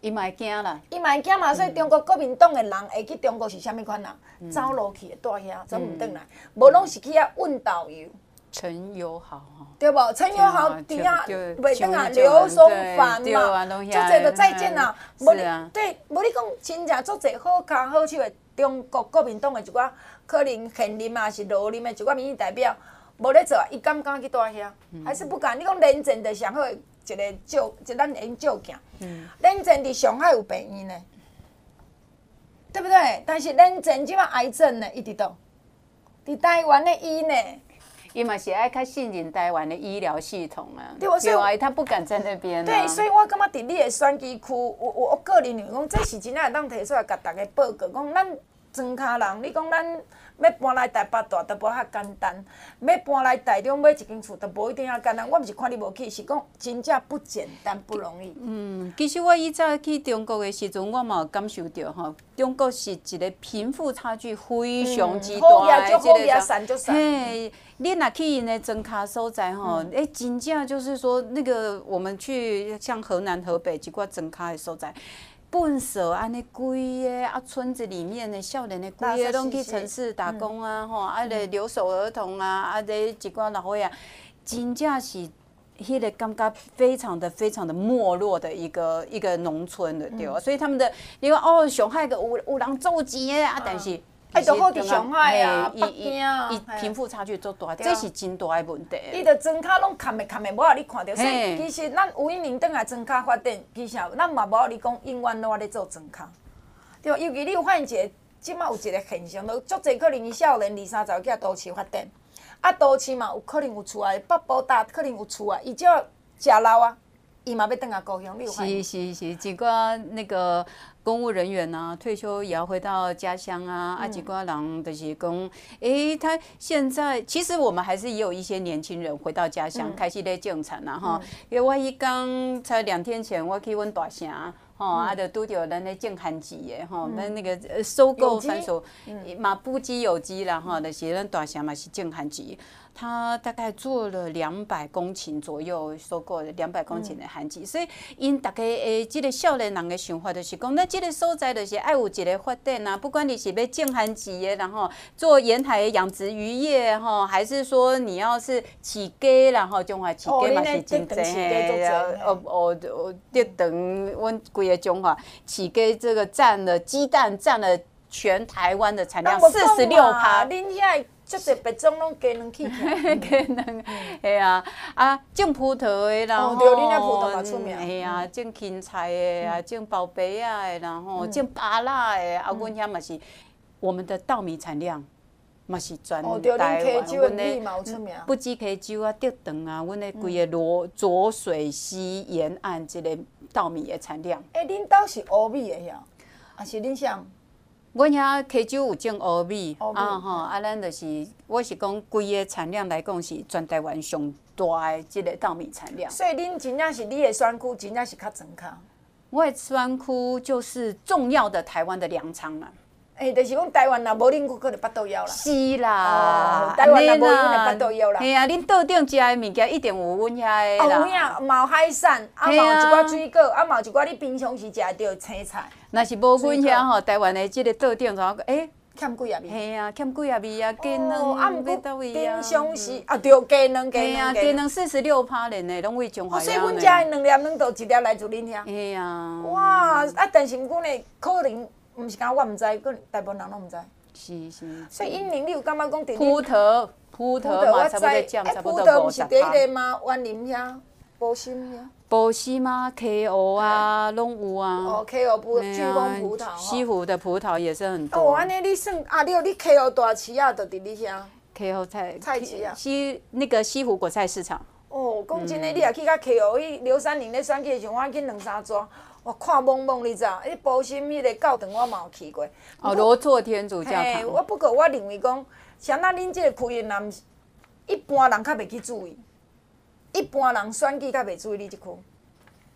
伊嘛会惊啦。 伊嘛会惊嘛，所以中国国民党的人会去中国是啥物款人？走路去的，住遐，走唔转来，无拢是去遐问导游。 陈友豪吼， 对无？陈友豪伫遐袂转啊，刘松凡嘛，足侪都再见啦。无对，无你讲真正足侪好骹好手的中国国民党的一寡可能现任啊是落任的一寡民意代表，无咧做啊，伊敢敢去住遐？还是不敢？你讲连战就上好一个照，一咱因照镜。连战伫上海有病院呢，对不对？但是连战即摆癌症呢，一直都伫台湾咧医呢。 伊嘛是爱较信任台湾的医疗系统啊， 对，所以他不敢在那边、啊。 对，所以我感觉伫你的选举区，我我我个人认为讲，这是真正会当提出来，甲大家报告，讲咱庄脚人，你讲咱要搬来台北大，都无遐简单；要搬来台中买一间厝，都无一定遐简单。我毋是看你无去，是讲真正不简单，不容易。 嗯，其实我以早去中国的时阵，我嘛有感受到吼，中国是一个贫富差距非常之大的一个。嘿，你若去因的庄脚所在吼，哎、嗯，真正就是说，那个我们去像河南、河北一寡庄脚的所在。本社安尼规个啊，村子里面的少年的规个拢去城市打工啊，吼、嗯，啊咧留守儿童啊，啊咧一寡老伙仔，真正是迄个感觉非常的非常的没落的一个一个农村的对、嗯、所以他们的你讲哦，上海个有有人做钱的啊，但是。 哎，就好伫上海啊，北京啊， 伊贫富差距足大，这是真大的问题。 伊着庄脚拢砍的砍的，无互你看到。所以其实咱有一年转来庄脚发展，其实咱嘛无互你讲永远拢咧做庄脚，对吧？尤其你有发现一个，即摆有一个现象，就足侪可能伊少年二三十岁去都市发展，啊，都市嘛有可能有厝啊，北部大可能有厝啊，伊只要食老啊，伊嘛要转来故乡，你有发现？ 是是是，一寡那个。公务人员啊，退休也要回到家乡啊。嗯、啊，几寡人就是讲，诶，他现在其实我们还是也有一些年轻人回到家乡，嗯、开始咧种田啦哈。嗯、因为我迄刚才两天前，我去阮大城，吼、嗯，啊，就拄着咱咧种番薯的吼，咱、嗯、那个收购番薯嘛，不羁有机啦哈，就是咱大城嘛是种番薯。他大概做了两百公顷左右，收购了两百公顷的番薯，嗯、所以因大家诶，即个少年人的想法就是讲，那即个所在就是爱有一个发展啊，不管你是要种番薯的，然后做沿海的养殖渔业吼，还是说你要是饲鸡啦吼，中华饲鸡嘛是真济嘿，哦哦哦，跌长，阮规个中华饲鸡这个占了鸡蛋占了全台湾的产量四十六趴。 即个别种拢鸡卵起起， 鸡卵，系啊，啊种葡萄的，然后， 哦对，恁遐葡萄嘛出名， 系啊，种芹菜的啊，种包白啊的，然后种芭乐的，啊，阮遐嘛是我们的稻米产量嘛是全台湾，阮的不止溪州啊，竹塘啊，阮的规个罗浊水溪沿岸这个稻米的产量。 诶，恁兜是乌米的呀，还是恁啥？ 阮遐溪州有种乌米，啊吼，啊咱就是，我是讲规个产量来讲是全台湾上大的即个稻米产量。 所以恁真正是你的选区，真正是较庄脚。 我的选区就是重要的台湾的粮仓嘛。 诶，就是讲台湾若无恁，可能巴肚枵啦。 是啦， 台湾若无恁，就巴肚枵啦。 嘿啊，恁桌顶食的物件一定有阮遐的啦。 有影，嘛有海产，啊嘛有一寡水果，啊嘛有一寡你平常时食着青菜。 若是无阮遐吼，台湾的即个桌顶，怎诶？ 欠几啊味？ 嘿啊，欠几啊味啊，鸡卵啊，要倒位啊？ 平常时啊，对，鸡卵，鸡卵，鸡卵四十六趴连的，拢为中华。 所以阮食的两粒卵豆，一粒来自恁遐。 嘿啊。 哇，啊，但是毋过呢，可能。毋是讲我毋知，可能大部分人拢毋知。 是是。 所以因宁，你有感觉讲？ 葡萄，葡萄嘛，差不多占差不多五十趴。 葡萄毋是第一个吗？园林遐，保心遐。 保心啊 ，K O 啊，拢有啊。 哦 ，K O 葡，巨峰葡萄。 西湖的葡萄也是很多。 哦，安尼你算啊，你有你 K O 大市啊，就伫你遐。 K O 菜。 菜市啊。 西那个西湖果菜市场。 哦，讲真诶，你若去甲 K O 去刘三林咧选举的时候，我去两三抓。我看懵懵，你知影？迄保心迄个教堂我嘛有去过。 哦，罗厝天主教堂。 我不过我认为讲，像咱恁即个区的人，一般人较袂去注意，一般人选举较袂注意你即区。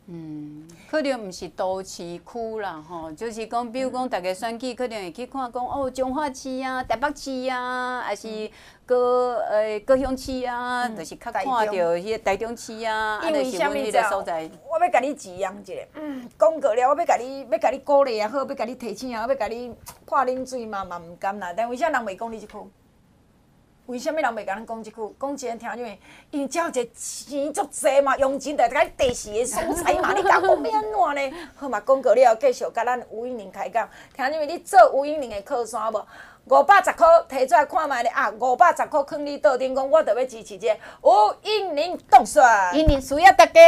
嗯，可能毋是都市区啦，吼，就是讲，比如讲，大家选举可能会去看讲，哦，彰化市啊、台北市啊，还是高诶高雄市啊，嗯、就是较看到迄个台中市啊， 因为啥物个所在？ 我要甲你滋养一下，嗯，讲过了，我要甲你，要甲你鼓励也好，要甲你提醒也好，要甲你泼冷水嘛，嘛毋甘啦。但为啥人袂讲你即句？为什么人袂甲咱讲即句？讲真听因为因为只有一个钱足济嘛，用钱就甲你第四个所在嘛，你甲我讲要安怎呢？好嘛，讲过了，继续甲咱吴英玲开讲。听因为你做吴英玲的靠山无？五百十块摕出来看卖咧啊！五百十块囥你桌顶，讲我着要支持者吴英玲当选。 英玲需要大家。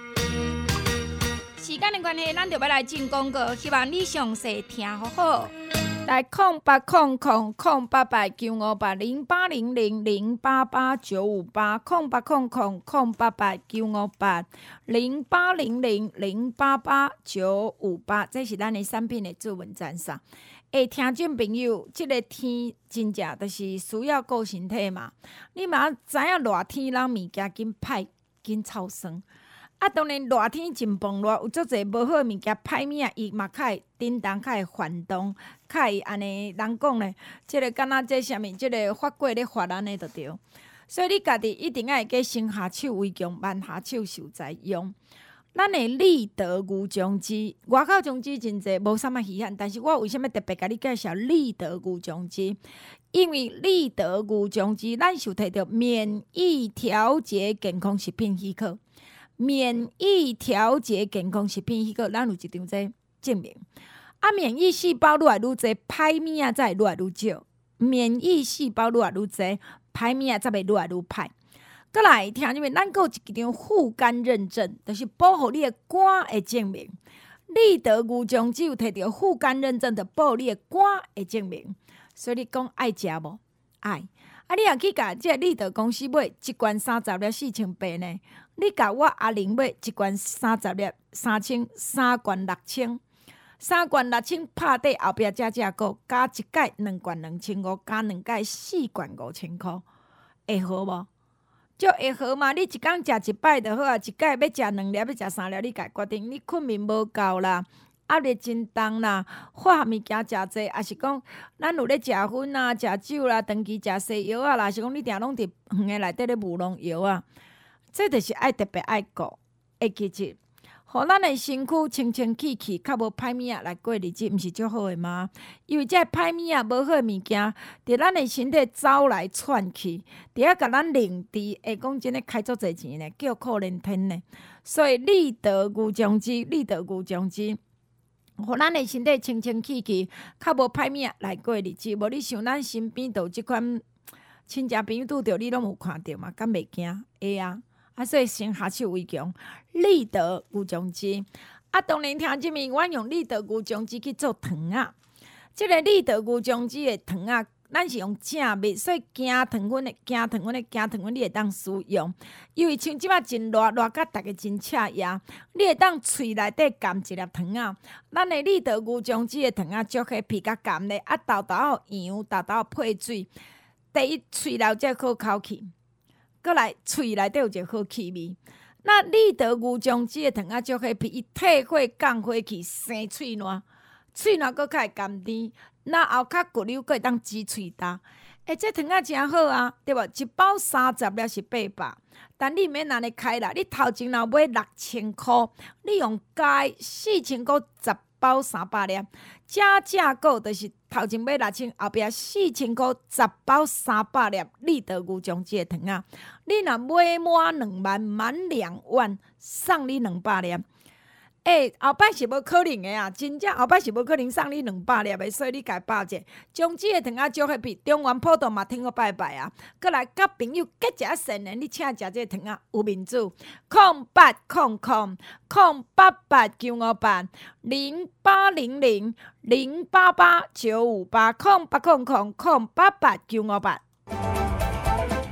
时间的关系，咱就要来进广告，希望你详细听好好。来空八空空空八八九五八零八零零零八八九五八空八空空空八八九五八零八零零零八八九五八，这是咱的产品的主文赞赏。诶，听众朋友，即、这个天真正就是需要顾身体嘛。你嘛知影热天人物件紧歹紧臭酸。啊，当然热天真崩热，有足侪无好物件歹物啊，伊嘛较会叮当，较会反动，较会安尼。人讲咧，即、这个敢若这啥物，即、这个发过咧发安尼就对。所以你家己一定要会记先下手为强，慢下手受灾用。咱的立德牛酱汁，外口酱汁真济，无啥物稀罕。但是我为什么特别甲你介绍立德牛酱汁？因为立德牛酱汁，咱受摕到免疫调节健康食品许可。免疫调节健康食品，迄个咱有一张这证明。啊，免疫细胞愈来愈侪，歹物啊才会愈来愈少。免疫细胞愈来愈侪，歹物啊才会愈来愈歹。过来听，因为咱有一张护肝认证，就是保护你的肝的证明。立德牛酱只有摕到护肝认证，就保护你的肝的证明。所以你讲爱食无？爱。啊，你若去甲即个立德公司买一罐三十粒四千八呢？你甲我阿玲买一罐三十粒三千，三罐六千，三罐六千拍底后壁加价购加一届两罐两千五，加两届四罐五千块，会好无？就会好嘛？你一工食一摆就好啊，一届要食两粒，要食三粒，你家决定。你困眠无够啦，压力真重啦，化物件食济，也是讲咱有咧食薰啊、食酒啦、长期食西药啊啦，是讲你定拢伫园的内底咧务农药啊。这就是爱特别爱顾，会记住，互咱的身躯清清气气，较无歹物仔来过日子，毋是足好诶吗？因为这歹物仔无好诶物件，伫咱的身体走来窜去，伫遐甲咱凌迟，会讲真诶开足侪钱呢，叫可怜天呢。所以立德牛酱汁，立德牛酱汁，互咱的身体清清气气，较无歹物仔来过日子。无你想咱身边都有即款亲戚朋友拄着，你拢有看到嘛？敢袂惊？会啊！啊，所以先下手为强，立德牛酱汁。啊，当然听即面，阮用立德牛酱汁去做糖啊。即、这个立德牛酱汁的糖啊，咱是用正蜜，所以惊糖粉的惊糖粉的惊糖粉，你会当使用。因为像即摆真热，热甲逐个真赤夜，你会当喙内底含一粒糖啊。咱的立德牛酱汁的糖啊，足起皮甲含咧，啊豆豆摇，豆豆配水，第一喙内才好口气。过来，喙内底有一个好气味。那立德牛酱汁的糖啊，足起皮，伊退火降火气，生喙烂，喙烂搁较会甘甜。那后较骨溜，搁会当挤喙焦。诶，这糖啊真好啊，对无？一包三十粒是八百，但你免安尼开啦。你头前若买六千箍，你用加四千箍十包三百粒，加价购就是头前买六千，后壁四千箍十包三百粒立德牛酱汁的糖啊！你若买满两万，满两万，送你两百粒。诶、欸，后摆是无可能的啊！真正后摆是无可能送你两百粒的，所以你家把者酱汁的糖啊，少迄比中原普渡嘛，听我拜拜啊！过来甲朋友结一善缘，你请食这糖啊，有面子。空八空空空八八九五八零八零零零八八九五八空八空空空八八九五八。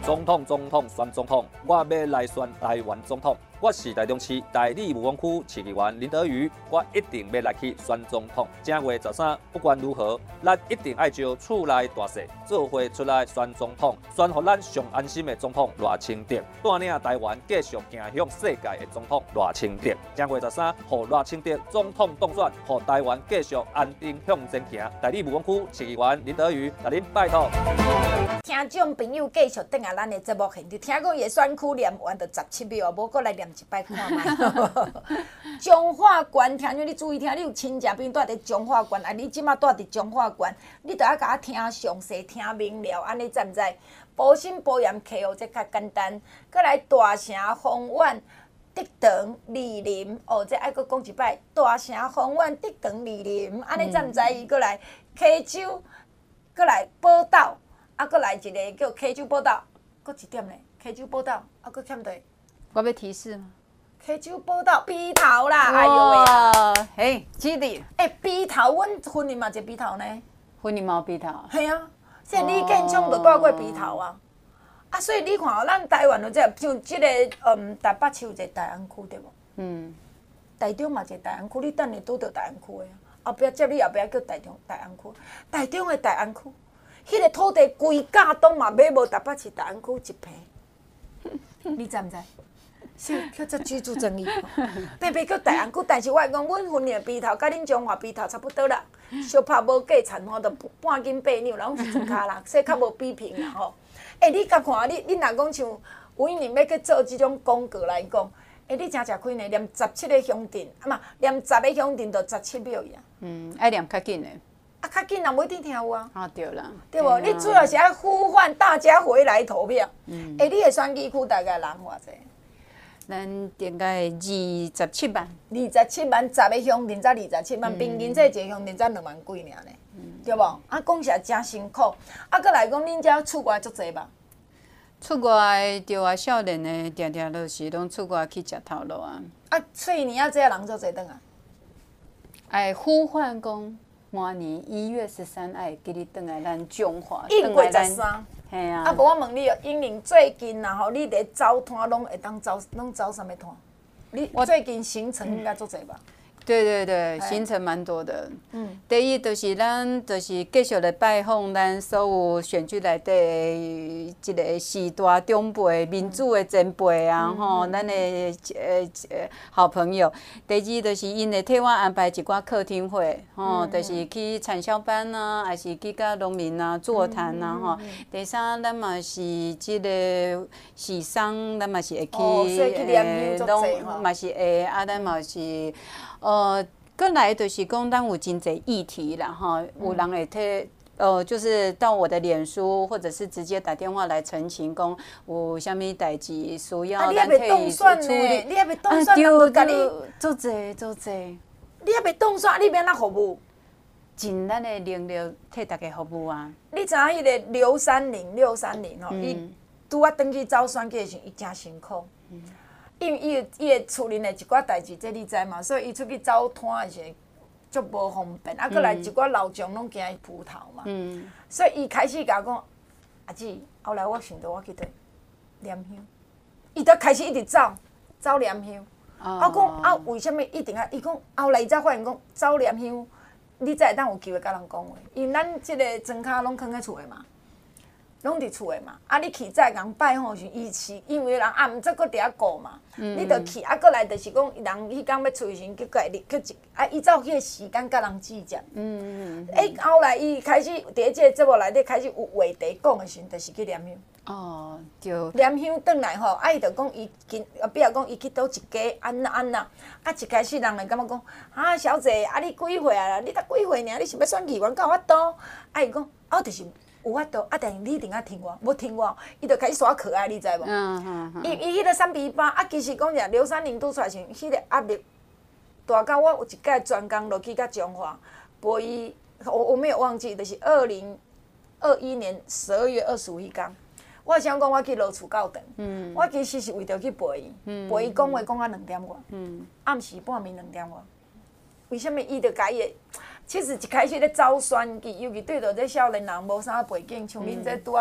总统总统选总统，我要来选台湾总统。我是台中市大理武王区市议员林德瑜，我一定要来去选总统。正月十三，不管如何，咱一定爱招厝内大细做伙出来选总统，选互咱上安心的总统赖清德，带领台湾继续行向世界的总统赖清德。正月十三，互赖清德总统当选，互台湾继续安定向前行。大理武王区市议员林德瑜，甲恁拜托。 听众朋友继续等下咱的节目现场，听讲伊的选区念完就十七秒，无过来念一摆看卖。彰化县，听讲你注意听，你有亲戚朋友住伫彰化县，啊，你即马住伫彰化县，你着要甲我听详细、听明了，安尼知毋知？保心保严客户这较简单，搁来大城丰苑、德长、利林，哦，这爱搁讲一摆，大城丰苑、德长、利林，安尼知毋知？伊搁来溪州，搁来宝岛。啊，搁来一个叫溪州宝岛，搁一点咧，溪州宝岛，啊，搁欠对。 我要提示吗？ 溪州宝岛鼻头啦，哎呦喂啊！ 嘿，基地。 哎，鼻头，阮婚姻嘛一鼻头呢。 婚姻嘛有鼻头。 系啊，即李建昌就住过鼻头啊。啊，所以你看，咱台湾有这像即个嗯台北市有一个大安区对无？嗯。台中嘛一个大安区，你等下拄到大安区的啊。后壁接你后壁叫台中大安区，台中的大安区。迄个土地规价都嘛买无台北市大安区一平，你知毋知？是叫做居住正义，偏偏叫大安区，但是我讲，阮婚姻的鼻头，甲恁彰化鼻头差不多啦，相拍无过田花，都半斤八两，拢是庄卡啦，所以较无比平啦吼。诶、欸，你甲看，你你若讲像有一年要去做即种广告来讲，诶、欸，你真食开呢，连十七个乡镇，啊嘛，连十个乡镇就十七秒呀。 嗯，爱念较紧的。 啊，较紧人无一定听有啊。 啊，对啦。 对无？你主要是爱呼唤大家回来投票。嗯。诶，你的选举区大概人偌济？ 咱应该二十七万。 二十七万，十个乡镇才二十七万，平均这一个乡镇才两万几尔呢，对无？啊，讲实真辛苦。啊，搁来讲，恁遮厝外足济吧？ 厝外着啊，少年的定定都是拢厝外去食头路啊。 啊，岁年啊，这人足济转啊？ 哎，呼唤讲。明年一月十三，爱记你转来咱彰化， 一月十三， 系啊。 啊，无我问你哦，英玲最近啊吼，你伫走摊拢会当走，拢走啥物摊？你最近行程应该足济吧？ 对对对，行程蛮多的。嗯，第一就是咱就是继续来拜访咱所有选举内底一个时代长辈、民主的前辈啊，吼、嗯，咱的呃呃好朋友。第二就是因会替我安排一寡客厅会，吼、嗯，就是去产销班啊，还是去甲农民啊座谈啊，吼、嗯。第三，咱嘛是即个时尚，咱嘛是会去， 呃， 拢嘛是会，啊，咱嘛是。呃，过来就是讲，咱有真侪议题啦，哈，有人会替，呃，就是到我的脸书，或者是直接打电话来澄清，讲有啥物代志需要咱替伊处理。 你还袂当选，人就甲你做侪做侪。 你还袂当选，你免哪服务？ 尽咱的能力替大家服务啊。 你知影迄个刘三零六三零吼，伊拄啊登去走选举时，伊真辛苦。因为伊伊的厝邻的一寡代志，这你知嘛？所以伊出去走摊的时候，足无方便。啊，搁来一寡老将拢惊伊蒲头嘛。嗯。所以伊开始甲我讲，阿姊，后来我想到我去对念香，伊才开始一直走，走念香。哦。我讲啊，为什物一定啊？伊讲后来伊才发现讲走念香，你才会当有机会甲人讲话，因为咱即个庄脚拢囥喺厝的嘛。拢伫厝诶嘛，啊！你去再人拜访时，伊是因为人啊，毋则搁伫遐顾嘛，嗯、你着去啊，过来就是讲人迄工要出时，去过来去一啊，依照迄个时间甲人指接。嗯嗯嗯。诶、欸，后来伊开始伫即个节目内底开始有话题讲诶时，就是去念香。 哦，对。 念香转来吼，啊，伊着讲伊今啊，比如讲伊去倒一家安那安那，啊，一开始人会感觉讲啊，小姐，啊，你几岁啊？你才几岁尔？你是要选议员，敢有法度？啊，伊讲啊，就是。有法度，啊！但是你一定要听我，无听我，伊就开始耍可爱，你知无？嗯嗯嗯。伊伊迄个三比八，啊，其实讲者刘三林拄出来时，迄个压力大到我有一届专工落去甲彰化，陪伊，我我没有忘记，就是二零二一年十二月二十五迄天，我想讲我去落厝到长，嗯，我其实是为着去陪伊，嗯、陪伊讲话讲到两点外，嗯，暗时半暝两点外，为什么伊着甲伊的？其实一开始咧走选举，尤其对着这少年人无啥背景，像恁这拄啊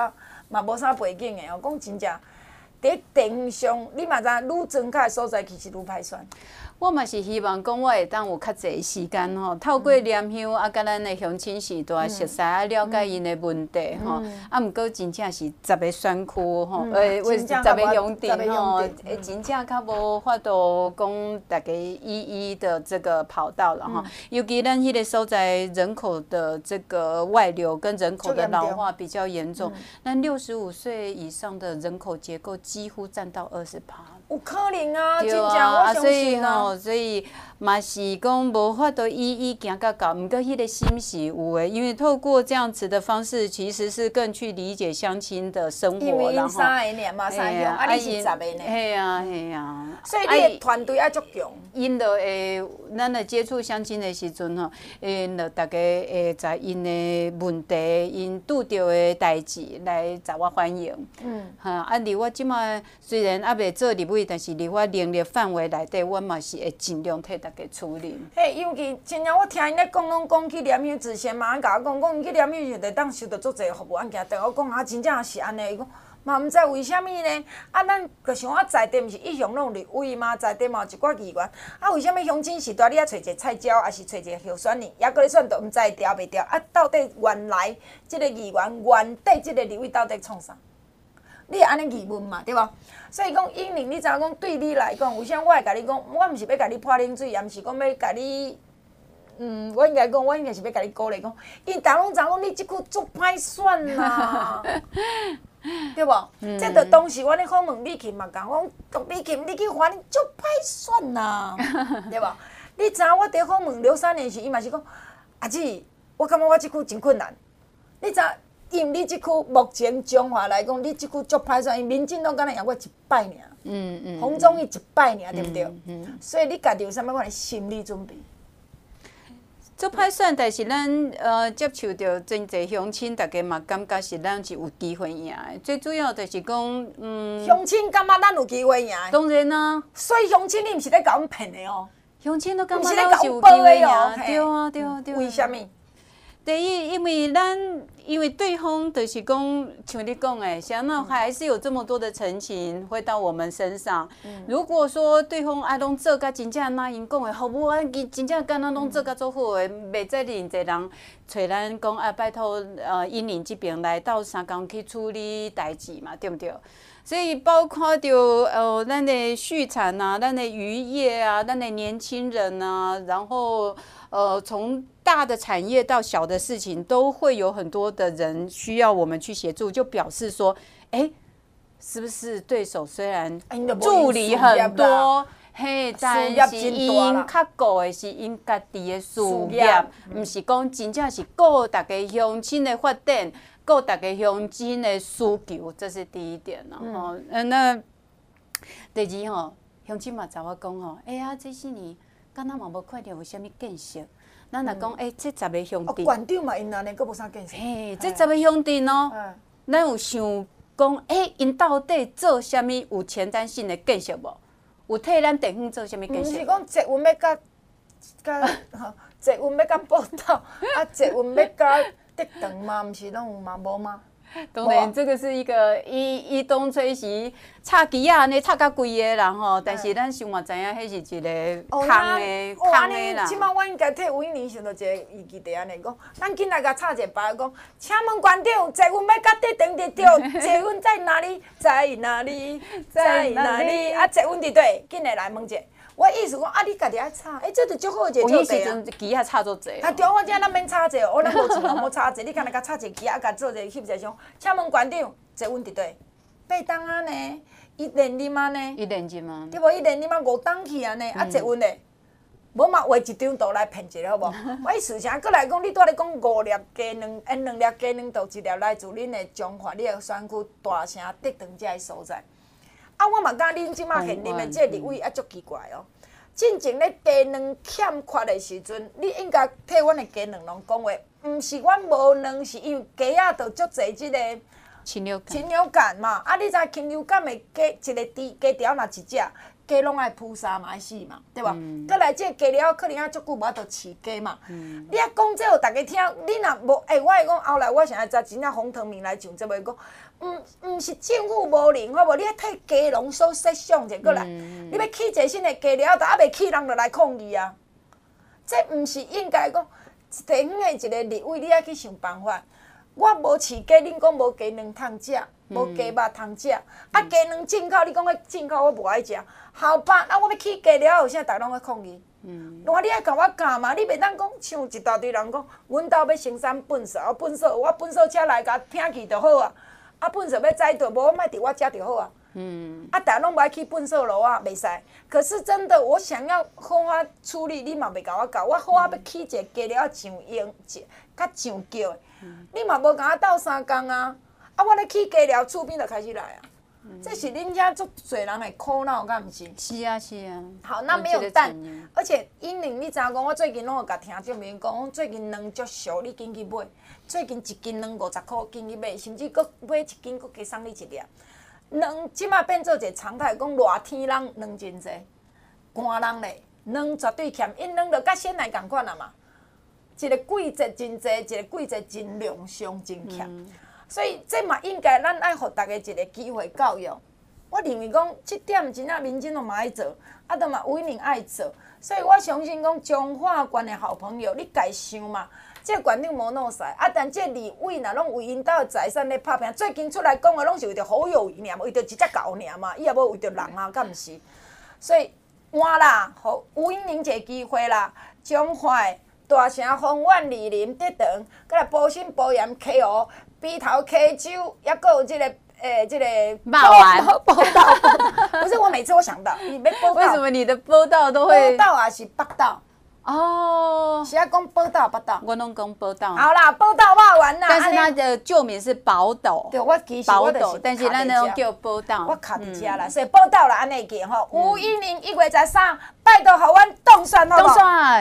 嘛无啥背景的哦，讲真正，伫地方上，你嘛知影，愈庄较的所在其实愈歹选。 我嘛是希望讲，我会当有较侪时间吼，透过念乡啊，甲咱的乡亲时代熟悉啊，了解因的问题吼。啊，毋过真正是十个选区吼，诶，为十个乡镇吼，诶，真正较无法度讲大家一一的这个跑道了吼。尤其咱迄个所在人口的这个外流跟人口的老化比较严重，咱六十五岁以上的人口结构几乎占到二十趴。 有可能啊，真对正啊， 我相信啊。 所以嘛是讲无法度一一行到到，毋过迄个心是有诶，因为透过这样子的方式，其实是更去理解乡亲的生活， 因为因三个个年嘛，三乡，啊，你是十个年。 嘿啊嘿啊。 所以你的团队要足强。 因着会，咱来接触乡亲的时阵吼，因着大家会知因的问题，因拄着的代志来找我反映。嗯。哈，啊，离我即摆虽然还袂做立委，但是离我能力范围内底，我嘛是会尽量替大家处理。 嘿，尤其真正我听因咧讲，拢讲去念乡之前嘛，甲我讲，讲去念乡就得当收到足侪服务案件，但我讲啊，真正是安尼，伊讲。嘛毋知为虾米呢？啊，咱就想啊，在地毋是一向拢有立委嘛，在地嘛有一寡议员。啊，为虾米乡亲时代你啊找一个菜鸟，还是找一个候选人，抑搁咧选，都毋知会调袂调？啊，到底原来即个议员原底即个立委到底创啥？你会安尼疑问嘛，对无？所以讲，英玲，你知影讲对你来讲，为啥我会甲你讲？我毋是要甲你泼冷水，也毋是讲要甲你。嗯，我应该讲，我应该是要甲你鼓励讲，因逐拢知讲你即句足歹选啦。对无？嗯、这着当时我咧访问李琴嘛讲，我讲李琴，你去还你足歹选呐，对无？你知影我伫访问刘三年时，伊嘛是讲，阿姊，我感觉我即句真困难。你知影，因你即句目前中华来讲，你即句足歹选，因民进党敢若赢我一摆尔，嗯嗯，洪忠义一摆尔，对不对？嗯嗯、所以你家己有啥物款的心理准备？ 做歹选，但是咱呃接触到真侪乡亲，大家嘛感觉是咱是有机会赢的。最主要就是讲，嗯， 乡亲感觉咱有机会赢。 当然啊， 所以乡亲你毋是咧甲阮骗的哦， 乡亲都感觉咱是有机会赢。 哦， 对啊，对啊，对啊。 为虾米？ 第一，因为咱因为对方就是讲，像你讲的，像那还是有这么多的陈情会到我们身上。嗯、如果说对方爱拢做甲真正那因讲的，服务啊，真正敢若拢做甲足好的，袂再认侪人找咱讲啊，拜托呃，英玲这边来到三工去处理代志嘛，对不对？所以包括着呃，咱的畜产啊，咱的渔业啊，咱的年轻人啊，然后呃，从大的产业到小的事情，都会有很多的人需要我们去协助，就表示说，哎、欸，是不是对手虽然助理很多，嘿，但是因较顾的是因家己的事业，毋是讲真正是顾大家乡亲的发展。顾大家乡亲的需求，这是第一点啦。吼、嗯，那第二吼，乡亲嘛，甲我讲吼，哎呀，这四年敢若嘛无看到有啥物建设。咱若讲，哎、嗯，这十个乡镇， 县长嘛，因安尼阁无啥建设。 嘿，这十个乡镇哦，咱有想讲，哎，因到底做啥物有前瞻性的建设无？有替咱地方做啥物建设？ 毋是讲捷运要甲甲吼，捷运要甲报道，啊，捷运要甲。得长嘛，毋是拢有嘛无吗？ 当然，这个是一个伊伊当初是插旗啊，安尼插甲规个啦吼。但是咱想嘛知影，迄是一个空的空的啦。 即摆我应该替有一年想到一个议题，地安尼讲，咱紧来甲插一个牌，讲，请问馆长，捷运要甲得长得着？捷运在哪里？在哪里？在哪里？啊，捷运伫对，紧来来问者。我意思讲，啊，你家己爱插，哎，这就足好一个有迄时阵机也插足济。 啊，对，我今咱免插者，我咱无钱，无插者，你干那甲插一个机啊，甲做一个翕一张。请问馆长，捷运伫对？八档啊呢？伊连任啊呢？ 伊连任啊？ 对无？伊连任啊五档去啊呢？啊，捷运嘞？无嘛画一张图来骗一个好无？我意思啥？过来讲，你拄仔咧讲五粒鸡卵，哎，两粒鸡卵豆，一粒来自恁的中华，你的选区大城德长遮个所在。啊，我嘛感觉恁即马现任的这立委啊，足奇怪哦。进前咧鸡卵欠缺的时阵，你应该替阮的鸡卵农讲话，毋是阮无卵，是因为鸡仔着足侪即个禽流感。 禽流感嘛，啊，你知禽流感的鸡一个猪鸡条若一只，鸡拢爱扑杀嘛，爱死嘛，对吧？嗯、再来，这鸡了可能啊足久无法度饲鸡嘛。嗯、你啊讲这互大家听，你若无，诶、欸，我会讲后来我想要知真正红藤明来上节目讲， 毋毋是政府无能，好无？你要替家农所设想者过来，嗯、你要起一个新的家了，就还袂起人就来抗议啊！这毋是应该讲地方的一个立委，你爱去想办法。我无饲鸡，恁讲无鸡卵通食，无鸡肉通食。啊，鸡卵进口，你讲迄进口我无爱食。好吧，啊，我要起鸡了，后啥逐个拢在抗议？嗯，我你爱甲我教嘛？你袂当讲像一大堆人讲，阮兜要生产粪扫，粪扫我粪扫车来甲摒弃就好啊。啊，粪扫要载倒，无我莫伫我遮就好啊。嗯。啊，逐个拢无爱去粪扫路啊，袂使。可是真的，我想要好啊处理，你嘛袂甲我教。我好啊要起一个鸡了上用，较上叫的。你嘛无甲我斗相共啊！啊，我咧起鸡了，厝边就开始来啊！嗯、这是恁遐足侪人的苦恼，敢毋是？ 是啊，是啊。 好，那没有蛋，而且因为你知影讲，我最近拢有甲听众朋友讲，讲最近卵足俗，你紧去买。最近一斤卵五十箍，紧去买，甚至佫买一斤佫加送你一粒。卵即马变做一个常态，讲热天人卵真济，寒人咧卵绝对欠，因卵就甲鲜奶共款啊嘛。一个季节真济，一个季节真量上真欠，嗯、所以这嘛应该咱爱互大家一个机会教育。我认为讲这点真正民间都嘛爱做，啊，都嘛有一定爱做。所以我相信讲彰化县的好朋友，你家想嘛，这县长无弄晒，啊，但这立委若拢为因兜的财产咧拍拼，最近出来讲的拢是为着侯友宜尔，为着一只狗尔嘛，伊也无为着人啊，敢毋是？所以换啦，互吴英玲一个机会啦，彰化的大城丰苑莅林德堂，佮来保心保盐 K O 鼻头 K 酒，也佮有即、这个诶，即、欸这个骂完报道，不是我每次我想到，你要报道， 为什么你的报道都会？ 报道也是北道哦， 是啊，讲报道北道， 我拢讲报道。 好啦，报道骂完啦， 但是它的旧名是宝斗， 对，我其实我就是但是咱拢叫报道， 我卡伫遮啦，所以报道啦安尼叫吼。吴一零一月十三，拜托互阮动算好无？ 动算。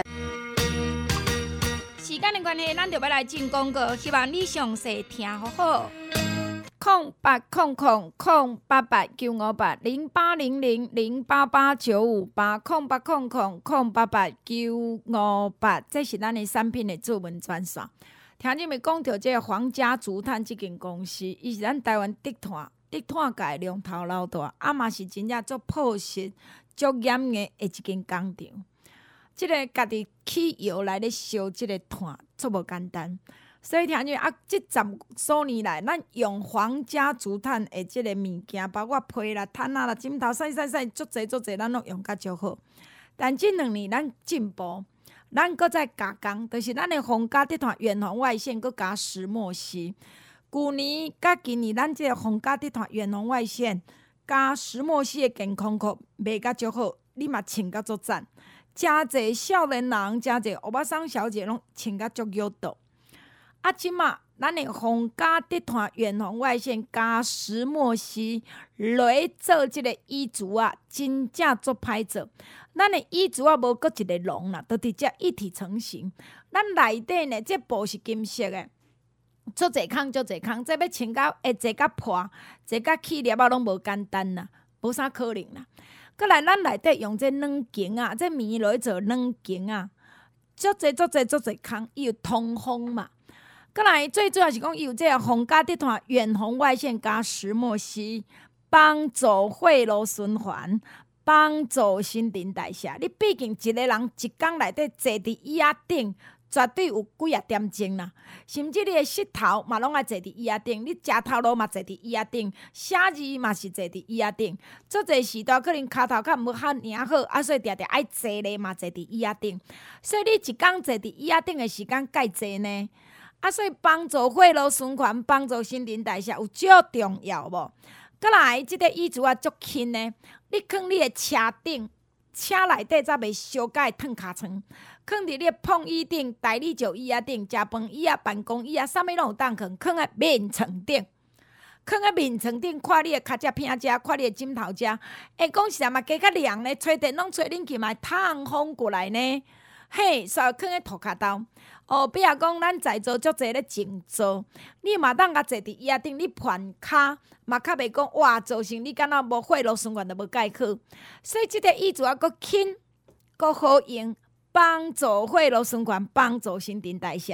时间的关系，咱就要来进广告，希望你详细听好好。空八空空空八八九五八零八零零零八八九五八空八空空空八八九五八，这是咱的产品的主文专线。听你们讲到这个皇家竹炭这间公司，伊是咱台湾竹炭竹炭界龙头老大，啊嘛是真正足朴实、足严的的一间工厂。即个家己起窑来咧烧即个炭，足无简单。所以听见啊，即十数年来，咱用皇家竹炭的即个物件，包括被啦、毯仔啦、枕头、洗洗洗，足济足济，咱拢用甲足好。但即两年咱进步，咱搁再加工，就是咱的皇家竹炭远红外线，搁加石墨烯。旧年甲今年，咱即个皇家竹炭远红外线加石墨烯的健康裤卖甲足好，你嘛穿甲足赞。真侪少年人，真侪欧巴桑小姐拢穿甲足有道。啊，即马咱的皇家竹炭远红外线加石墨烯来做即个衣橱啊，真正足歹做。咱的衣橱啊，无搁一个笼啦，都直接一体成型。咱内底呢，这布是金色的，足侪空足侪空，这要穿到会坐甲破，坐甲起粒啊，拢无简单啦，无啥可能啦。搁来，咱内底用这软茎啊，这棉落去做软茎啊，足侪足侪足侪空，伊有通风嘛。搁来，最主要是讲伊有这个皇家竹炭远红外线加石墨烯，帮助血路循环，帮助新陈代谢。你毕竟一个人一工内底坐伫椅仔顶，绝对有几啊点钟啦。甚至你的膝头嘛拢爱坐伫椅仔顶，你食头路嘛坐伫椅仔顶，写字嘛是坐伫椅仔顶。足侪时段可能骹头较无遐尔好，啊，所以定定爱坐咧嘛坐伫椅仔顶。所以你一工坐伫椅仔顶的时间介济呢？啊，所以帮助血路循环，帮助新陈代谢有足重要无？搁来，即个椅橱啊足轻呢，你放你的车顶，车内底则袂烧甲会烫尻川，放伫你的碰椅顶、台里石椅仔顶、食饭椅啊、办公椅啊，啥物拢有当放，放在面床顶，放在面床顶，看你的脚趾片食，看你的枕头食，会讲是嘛加较凉呢？吹电拢吹恁去嘛，通风过来呢？嘿，所以放在涂骹兜。哦，比如讲，咱在座足侪咧静坐，你嘛当甲坐伫椅仔顶，你盘骹嘛较袂讲哇，造成你敢若无血路循环都无解去。所以即个椅子啊，佫轻，佫好用，帮助血路循环，帮助新陈代谢。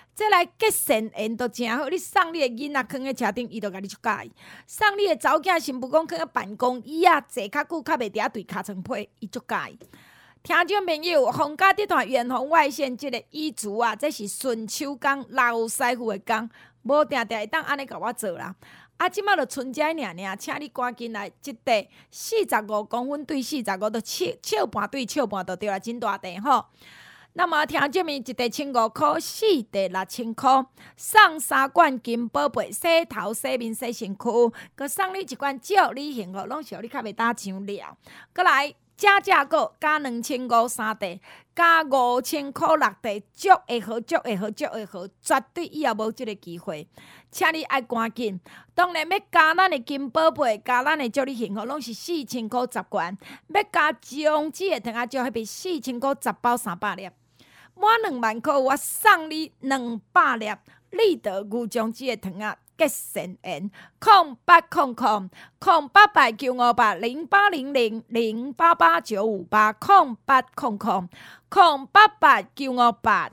再来结善缘都真好，你送你的囡仔囥喺车顶，伊就甲你足介意；送你的查某囝新妇讲囥喺办公椅啊，坐较久较袂伫遐对尻川皮，伊足介意。听众朋友，皇家集团远红外线即个衣橱啊，这是顺手工老师傅的工，无定定会当安尼甲我做啦。啊，即马就剩遮尔尔，请你赶紧来一块四十五公分对四十五，都笑笑半对笑半就对啦，真大地吼。那么听这面一块千五块，四块六千块，送三罐金宝贝洗头、洗面、洗身躯，佮送你一罐祝你幸福，拢是互你较袂打伤了。佮来加价购加两千五三块，加五千块六块，足会好，足会好，足会好，绝对以后无即个机会，请你爱赶紧。当然要加咱的金宝贝，加咱的祝你幸福，拢是四千块十罐，要加姜子的糖仔椒，迄边四千块十包三百粒。满两万块，我送你两百粒立德牛姜子的糖仔结善缘，空八空空空八八九五八零八零零零八八九五八空八空空空八八九五八。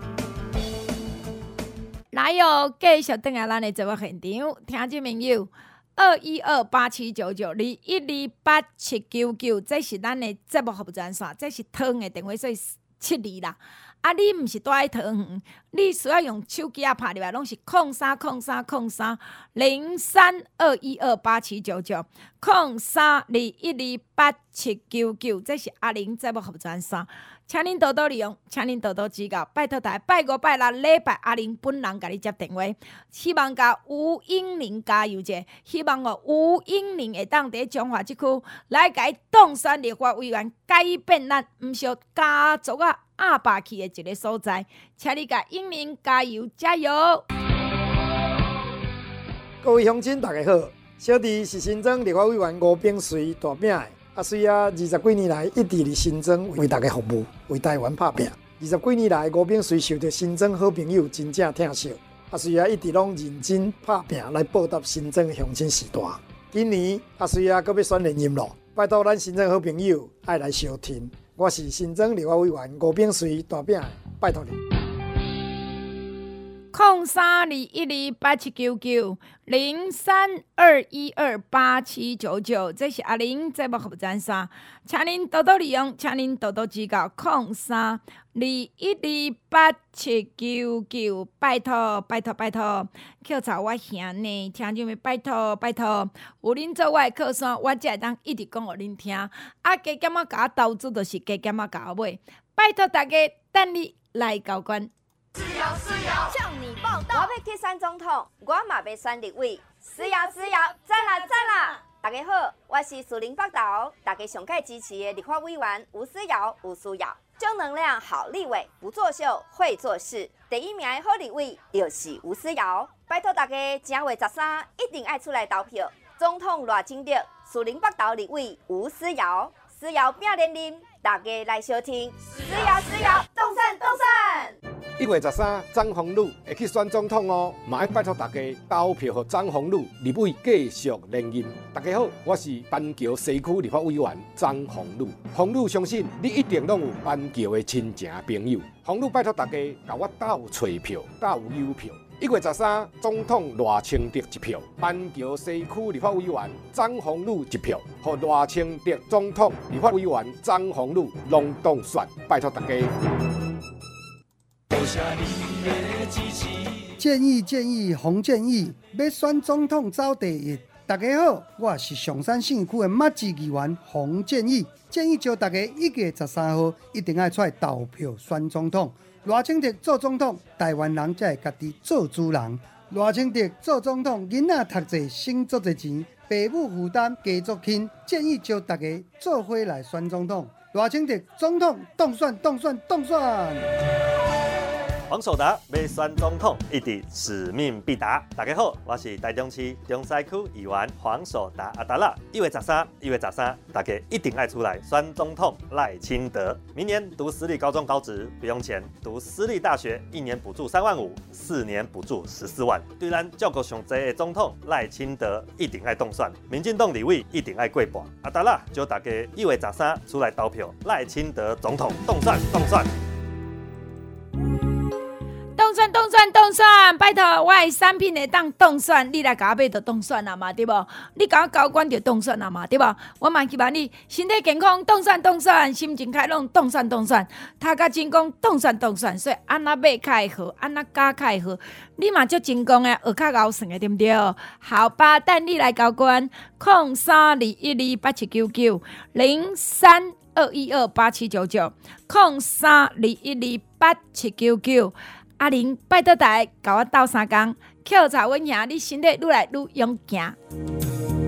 来哟，继续等下咱的节目现场，听众朋友。二一二八七九九二一二八七九九，这是咱的节目服务专线，这是汤的电话，所以七二啦。啊，你毋是住喺桃园，你需要用手机啊拍入来，拢是空三空三空三零三二一二八七九九空三二一二八七九九，这是阿玲节目服务专线，请恁多多利用，请恁多多指教，拜托大家拜五拜六礼拜阿玲本人甲你接电话，希望甲吴英玲加油者，希望哦吴英玲会当伫中华这区来甲伊当选立法委员，改变咱毋是家族啊。阿爸去的一个所在，请你甲英玲加油加油！ 各位乡亲，大家好，小弟是新庄立法委员吴炳随大饼的，啊，随啊二十几年来一直伫新庄为大家服务，为台湾拍拼。二十几年来，吴炳随受到新庄好朋友真正疼惜，啊，随啊一直拢认真拍拼来报答新庄的乡亲时代。今年啊，随啊搁要选连任咯，拜托咱新庄好朋友爱来相挺。我是新庄立法委员吴炳随大饼，拜托你。 空三二一二八七九九零三二一二八七九九，这是阿玲节目服务专线，请您多多利用，请您多多指教。空三二一二八七九九，拜托拜托拜托，扣查我兄呢，听众们拜托拜托，有恁做我的靠山，我才会当一直讲互恁听。啊，加减啊，甲我投资就是加减啊，甲我买。拜托大家，等你来交关。 是瑶是瑶，向你报道。我要去选总统，我嘛要选立委。是瑶是瑶，赞啦赞啦！大家好，我是树林北投，大家上届支持的立法委员吴思瑶吴思瑶，正能量好立委，不作秀会做事。第一名的好立委就是吴思瑶，拜托大家正月十三一定爱出来投票。总统赖清德，树林北投立委吴思瑶，思瑶拼连任，大家来收听。是瑶是瑶，动算动算。 一月十三，张宏宇会去选总统哦，嘛要拜托大家投票给张宏宇立委继续连任。大家好，我是板桥西区立法委员张宏宇。宏宇相信你一定拢有板桥的亲情朋友。宏宇拜托大家甲我斗找票，斗邮票。一月十三，总统赖清德一票，板桥西区立法委员张宏宇一票，和赖清德总统立法委员张宏宇拢当选，拜托大家。 建议建议洪建议要选总统走第一。大家好，我是上山信区的马志议员洪建议，建议叫大家一月十三号一定要出来投票选总统。赖清德做总统，台湾人才会家己做主人。赖清德做总统，囡仔读册省足侪钱，父母负担加足轻。建议叫大家做伙来选总统。赖清德总统当选当选当选。 黄守达要选总统，一定使命必达。大家好，我是台中市中西区议员黄守达阿达拉。一月十三，一月十三，大家一定爱出来选总统赖清德。明年读私立高中高职不用钱，读私立大学一年补助三万五，四年补助十四万。对咱照顾上济的总统赖清德，一定爱当选。民进党立委一定爱过半。阿达拉叫大家一月十三出来投票，赖清德总统当选当选。 冻蒜冻蒜，拜托我的产品会当冻蒜，你来甲我买就冻蒜啊嘛，对无？你甲我交关就冻蒜啊嘛，对无？我嘛希望你身体健康，冻蒜冻蒜，心情开朗，冻蒜冻蒜，头壳真讲冻蒜冻蒜，所以安那买较会好，安那加较会好，你嘛足成功诶，学较熬算诶，对毋对？好吧，等你来交关，空三二一二八七九九零三二一二八七九九，空三二一二八七九九。阿玲，拜托大家，甲我斗三工，扣查阮兄，你身体愈来愈勇行。